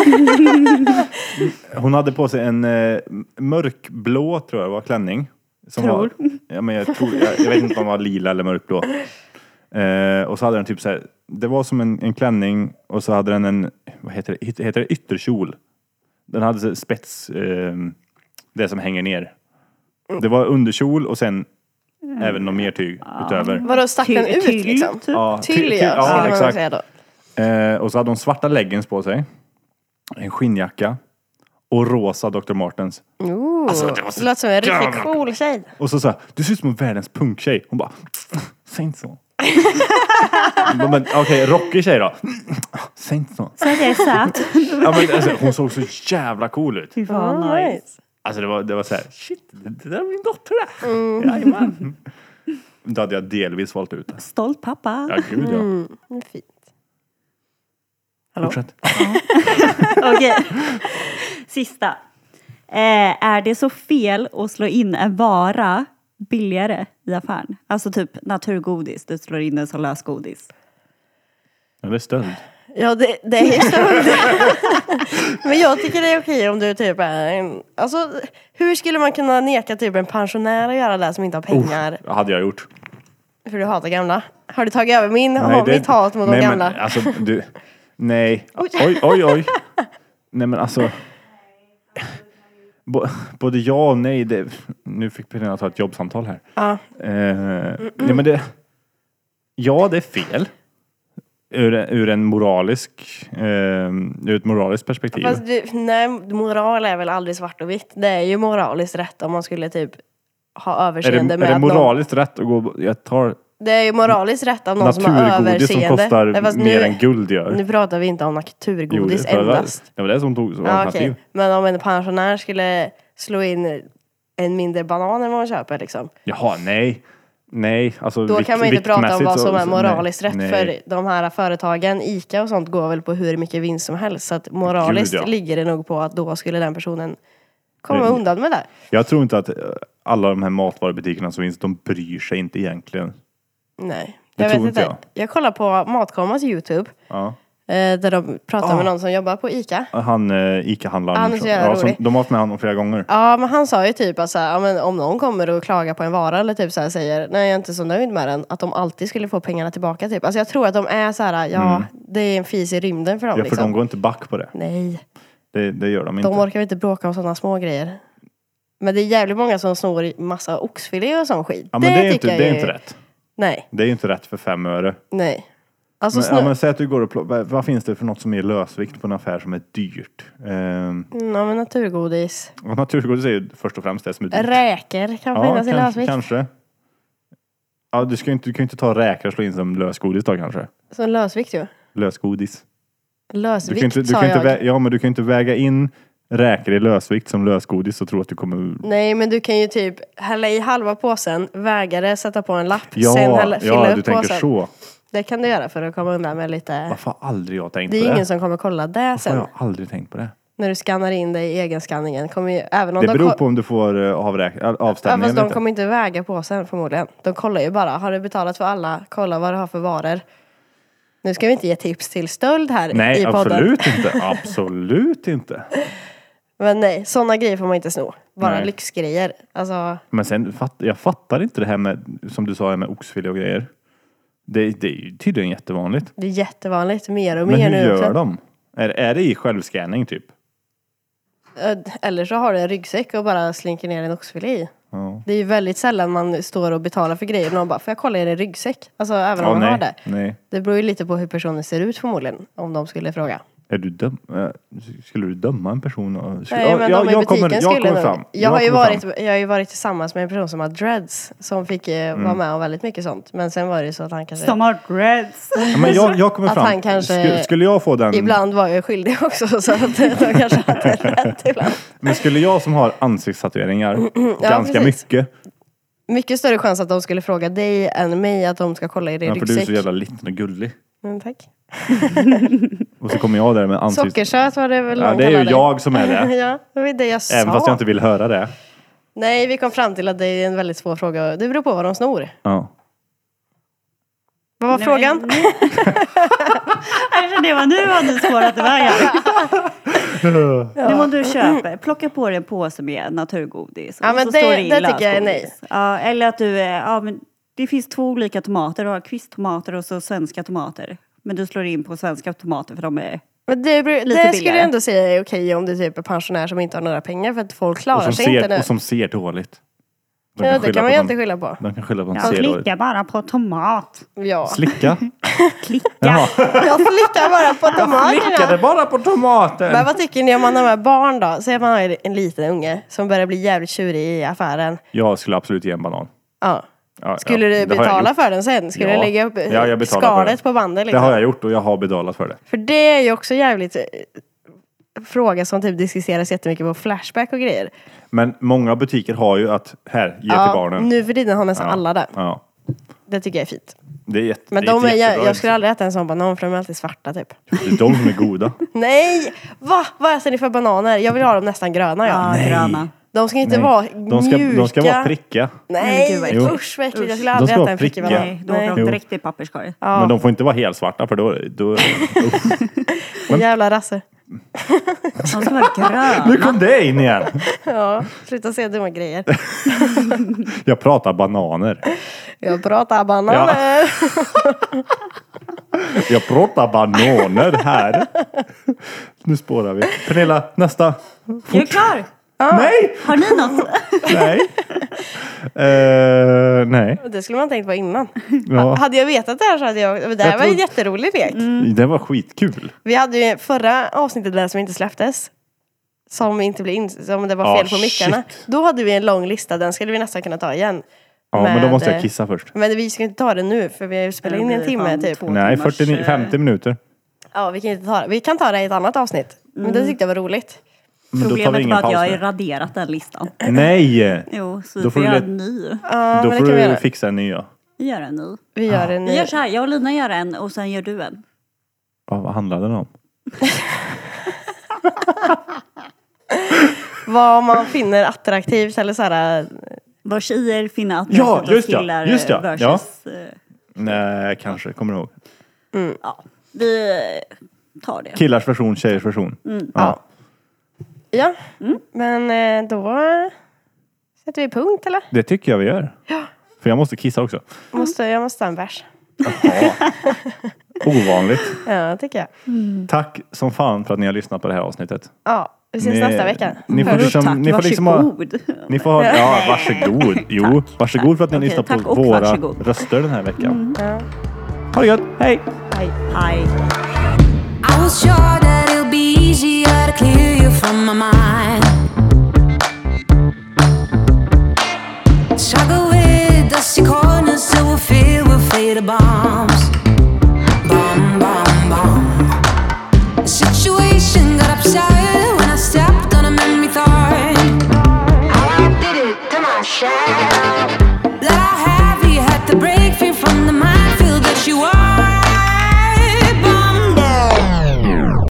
Hon hade på sig en mörkblå, tror jag var, klänning. Som Tror. Var, ja, men jag vet inte om den var lila eller mörkblå. Och så hade den typ så här, det var som en klänning och så hade den en, vad heter det ytterkjol. Den hade så spets, det som hänger ner. Det var underkjol och sen även någon mer tyg utöver. Vadå, stack den ut Till, liksom? typ. Ja, Till ja, ja, skulle man exakt. säga då. Och så hade hon svarta leggings på sig. En skinnjacka. Och rosa Dr. Martens. Alltså, det låter som en riktigt cool tjej. Och så du ser ut som en världens punktjej. Hon bara, säg inte så. Men okej, rockig tjej då. Säg inte så. Så att jag är söt. Ja, men, alltså, hon såg så jävla cool ut. Fy fan, nice. Alltså det var så här, shit, det där är min dotter där. Jajamän. Då hade jag delvis valt ut det. Stolt pappa. Ja, gud ja. Fint. Hallå? Fortsätt. Okej. Sista. Är det så fel att slå in en vara billigare i affären? Alltså typ naturgodis. Du slår in den som lösgodis. Eller stöld. Ja, det är ju stöld. Men jag tycker det är okej om du typ är en... Alltså, hur skulle man kunna neka typ en pensionär att göra det som inte har pengar? Hade jag gjort. För du hatar gamla. Har du tagit över mitt hat mot de nej, gamla? Men, alltså, nej. Oj. Nej men alltså. Både ja och nej. Nu fick Pernilla ta ett jobbsamtal här. Ja. Nej men det. Ja, det är fel. Ur ett moraliskt perspektiv. Fast nej, moral är väl aldrig svart och vitt. Det är ju moraliskt rätt om man skulle typ ha överseende med är det moraliskt rätt att gå... Det är ju moraliskt rätt av någon som har naturgodis som överseende. kostar mer än guld gör. Nu pratar vi inte om naturgodis endast. Det var det som tog som alternativ. Okay. Men om en pensionär skulle slå in en mindre banan än vad man köper liksom. Jaha, nej. Alltså, då kan man inte prata om vad som är moraliskt rätt. Nej. För de här företagen, ICA och sånt, går väl på hur mycket vinst som helst. Så att moraliskt ligger det nog på att då skulle den personen komma undan med det. Jag tror inte att alla de här matvarubutikerna som finns, de bryr sig inte egentligen. Nej, jag vet inte. Jag kollar på Matkommas YouTube. Ja. Där de pratar med någon som jobbar på ICA. Han ICA-handlaren. Han är så jävla rolig. De har haft med honom flera gånger. Ja, men han sa ju typ att om någon kommer och klagar på en vara eller typ så här säger nej, jag är inte så nöjd med den, att de alltid skulle få pengarna tillbaka typ. Alltså jag tror att de är så här, det är en fis i rymden för dem. Ja, för de går inte back på det. Nej. Det gör de inte. De orkar inte bråka om sådana små grejer. Men det är jävligt många som snor massa oxfilé och sån skit. Ja, men det är inte rätt. Nej. Det är inte rätt för 5 öre. Nej. Alltså men säg att du går och vad finns det för något som är lösvikt på en affär som är dyrt? Ja, men naturgodis. Ja, naturgodis är ju först och främst det som är dyrt. Räkor kan finnas i lösvikt. Kanske. Ja, du kan ju inte ta räkor och slå in som lösgodis då kanske. Som lösvikt ju. Lösgodis. Lösvikt du kan inte ja, men du kan inte väga in räkor i lösvikt som lösgodis och tro att du kommer... Nej, men du kan ju typ hälla i halva påsen, väga det, sätta på en lapp, sen fylla upp du tänker påsen. Så. Det kan du göra för att komma undan med lite... Varför har aldrig jag tänkt på det? Det är ingen som kommer kolla det varför sen. Varför har jag aldrig tänkt på det? När du skannar in det i egenskanningen kommer ju... Även om det beror på om du får avstämningen. Ja, fast de kommer inte väga påsen förmodligen. De kollar ju bara, har du betalat för alla? Kolla vad du har för varor. Nu ska vi inte ge tips till stöld här i podden. Nej, absolut inte. Absolut inte. Men nej, sådana grejer får man inte sno. Bara lyxgrejer. Alltså... Men sen, jag fattar inte det här med, som du sa, med oxfilé och grejer. Det är ju tydligen jättevanligt. Det är jättevanligt, mer och mer nu. Men hur gör de? Är det i självscanning typ? Eller så har du en ryggsäck och bara slinker ner en oxfilé i. Ja. Det är ju väldigt sällan man står och betalar för grejer. Någon bara, får jag kolla i en ryggsäck? Alltså även om man har det. Nej. Det beror ju lite på hur personen ser ut förmodligen. Om de skulle fråga. Är du skulle du döma en person? Nej, men jag kommer fram. Jag har ju varit tillsammans med en person som har dreads. Som fick vara med om väldigt mycket sånt. Men sen var det så att han kanske... Som har dreads! Ja, men jag kommer fram. Att han kanske... Skulle jag få den... Ibland var jag skyldig också. Så att de kanske hade rätt ibland. Men skulle jag som har ansiktstatueringar ganska mycket... Mycket större chans att de skulle fråga dig än mig att de ska kolla i din ryggsäck. För du är så jävla liten och gullig. Tack. Och så kommer jag där med ansikts... Sockersöt var det väl. Ja, det är ju jag som är det. Ja, det var det jag sa. Även fast jag inte vill höra det. Nej, vi kom fram till att det är en väldigt svår fråga. Det beror på vad de snor. Ja. Vad var frågan? Det var nu har du spårat iväg. Nu må du köpa. Plocka på dig en påse med naturgodis. Ja, men det tycker jag är nej. Ja, eller att du... Ja, men det finns 2 olika tomater. Du har kvisttomater och så svenska tomater. Men du slår in på svenska tomater för de är men det skulle jag ändå säga är okej om du typ är pensionär som inte har några pengar för att folk klarar sig inte nu. Och som ser dåligt. Ja, det kan man ju inte skylla på. De kan skylla på att de ser dåligt. Slicka bara på tomat. Ja. Slicka? Klicka. Jag slickar bara på tomater. Jag slickade bara på tomater. Men vad tycker ni om man har med barn då? Säg att man har en liten unge som börjar bli jävligt tjurig i affären. Jag skulle absolut ge en banan. Ja. Ja, skulle du betala för den sen? Skulle du lägga upp skalet på bandet? Liksom? Det har jag gjort och jag har betalat för det. För det är ju också jävligt fråga som typ diskuteras jättemycket på Flashback och grejer. Men många butiker har ju att ge till barnen. Nu för tiden har nästan alla det. Ja. Det tycker jag är fint. Det är men jag skulle aldrig äta en sån banan för de är alltid svarta typ. Det är de som är goda. Nej! Vad äter ni för bananer? Jag vill ha dem nästan gröna. Ja, gröna. De ska inte Nej. vara mjuka. De ska vara prickiga. Nej, Men gud, vad usch vad äckligt. Jag De skulle aldrig ska äta vara en prickig prickiga. banan. Nej, då åker de Jo. direkt i papperskorg. Ja, Men de får inte vara helt svarta för då jävla rasse. De ska vara gröna. Nu kom det in igen. Ja, sluta säga dumma grejer. Jag pratar bananer. Jag pratar bananer. Jag pratar bananer här. Nu spårar vi. Pernilla, nästa. Jag är klar! Nej! Har ni något? Nej. Nej. Det skulle man tänkt på innan. Ja. Hade jag vetat det här så hade jag... Det här Jag var ju en tror- jätterolig lek. Det var skitkul. Vi hade ju förra avsnittet där som inte släpptes. Som inte blev som det var Ja, fel på mickarna. shit. Då hade vi en lång lista. Den skulle vi nästan kunna ta igen. Ja, men då Med, måste jag kissa först. Men vi ska inte ta det nu. För vi har ju spelat in i en timme typ. Nej, 50 minuter. Ja, vi kan inte ta det. Vi kan ta det i ett annat avsnitt. Men det tyckte jag var roligt. Men då tar vi Problemet ingen var att paus jag har nu. raderat den listan. Nej! Jo, så Då vi får får du göra lätt- en ny. Ja, Då men det får kan vi du göra. fixa en ny. Ja. Vi gör en ny. Vi gör en Vi ny. gör så här, jag och Lina gör en och sen gör du en. Vad handlade den om? Vad man finner attraktivt eller så här. Vad tjejer finner att Ja, just ja, killar just ja. versus... Nej, kanske. Kommer du ihåg? Ja, vi tar det. Killars version, tjejers version. Ja. Ja, men då sätter vi punkt eller? Det tycker jag vi gör. För jag måste kissa också. Jag måste ta en bärs. Ovanligt. Ja, tycker jag. Tack som fan för att ni har lyssnat på det här avsnittet. Ja, vi ses nästa vecka. Ni får Tack, liksom, ni får liksom ha, varsågod. ni får ha, ja, varsågod. Jo, varsågod för att ni har Okej, lyssnat tack på och våra varsågod. röster den här veckan. Ja. Ha det gött, hej! Hej. Hej. I was sure that it'll be easier to clear you from my mind. Struggle with dusty corners so we're filled with faded bombs. Bomb, bomb, bomb. The situation got upset when I stepped on a memory thought. How I did it to myself.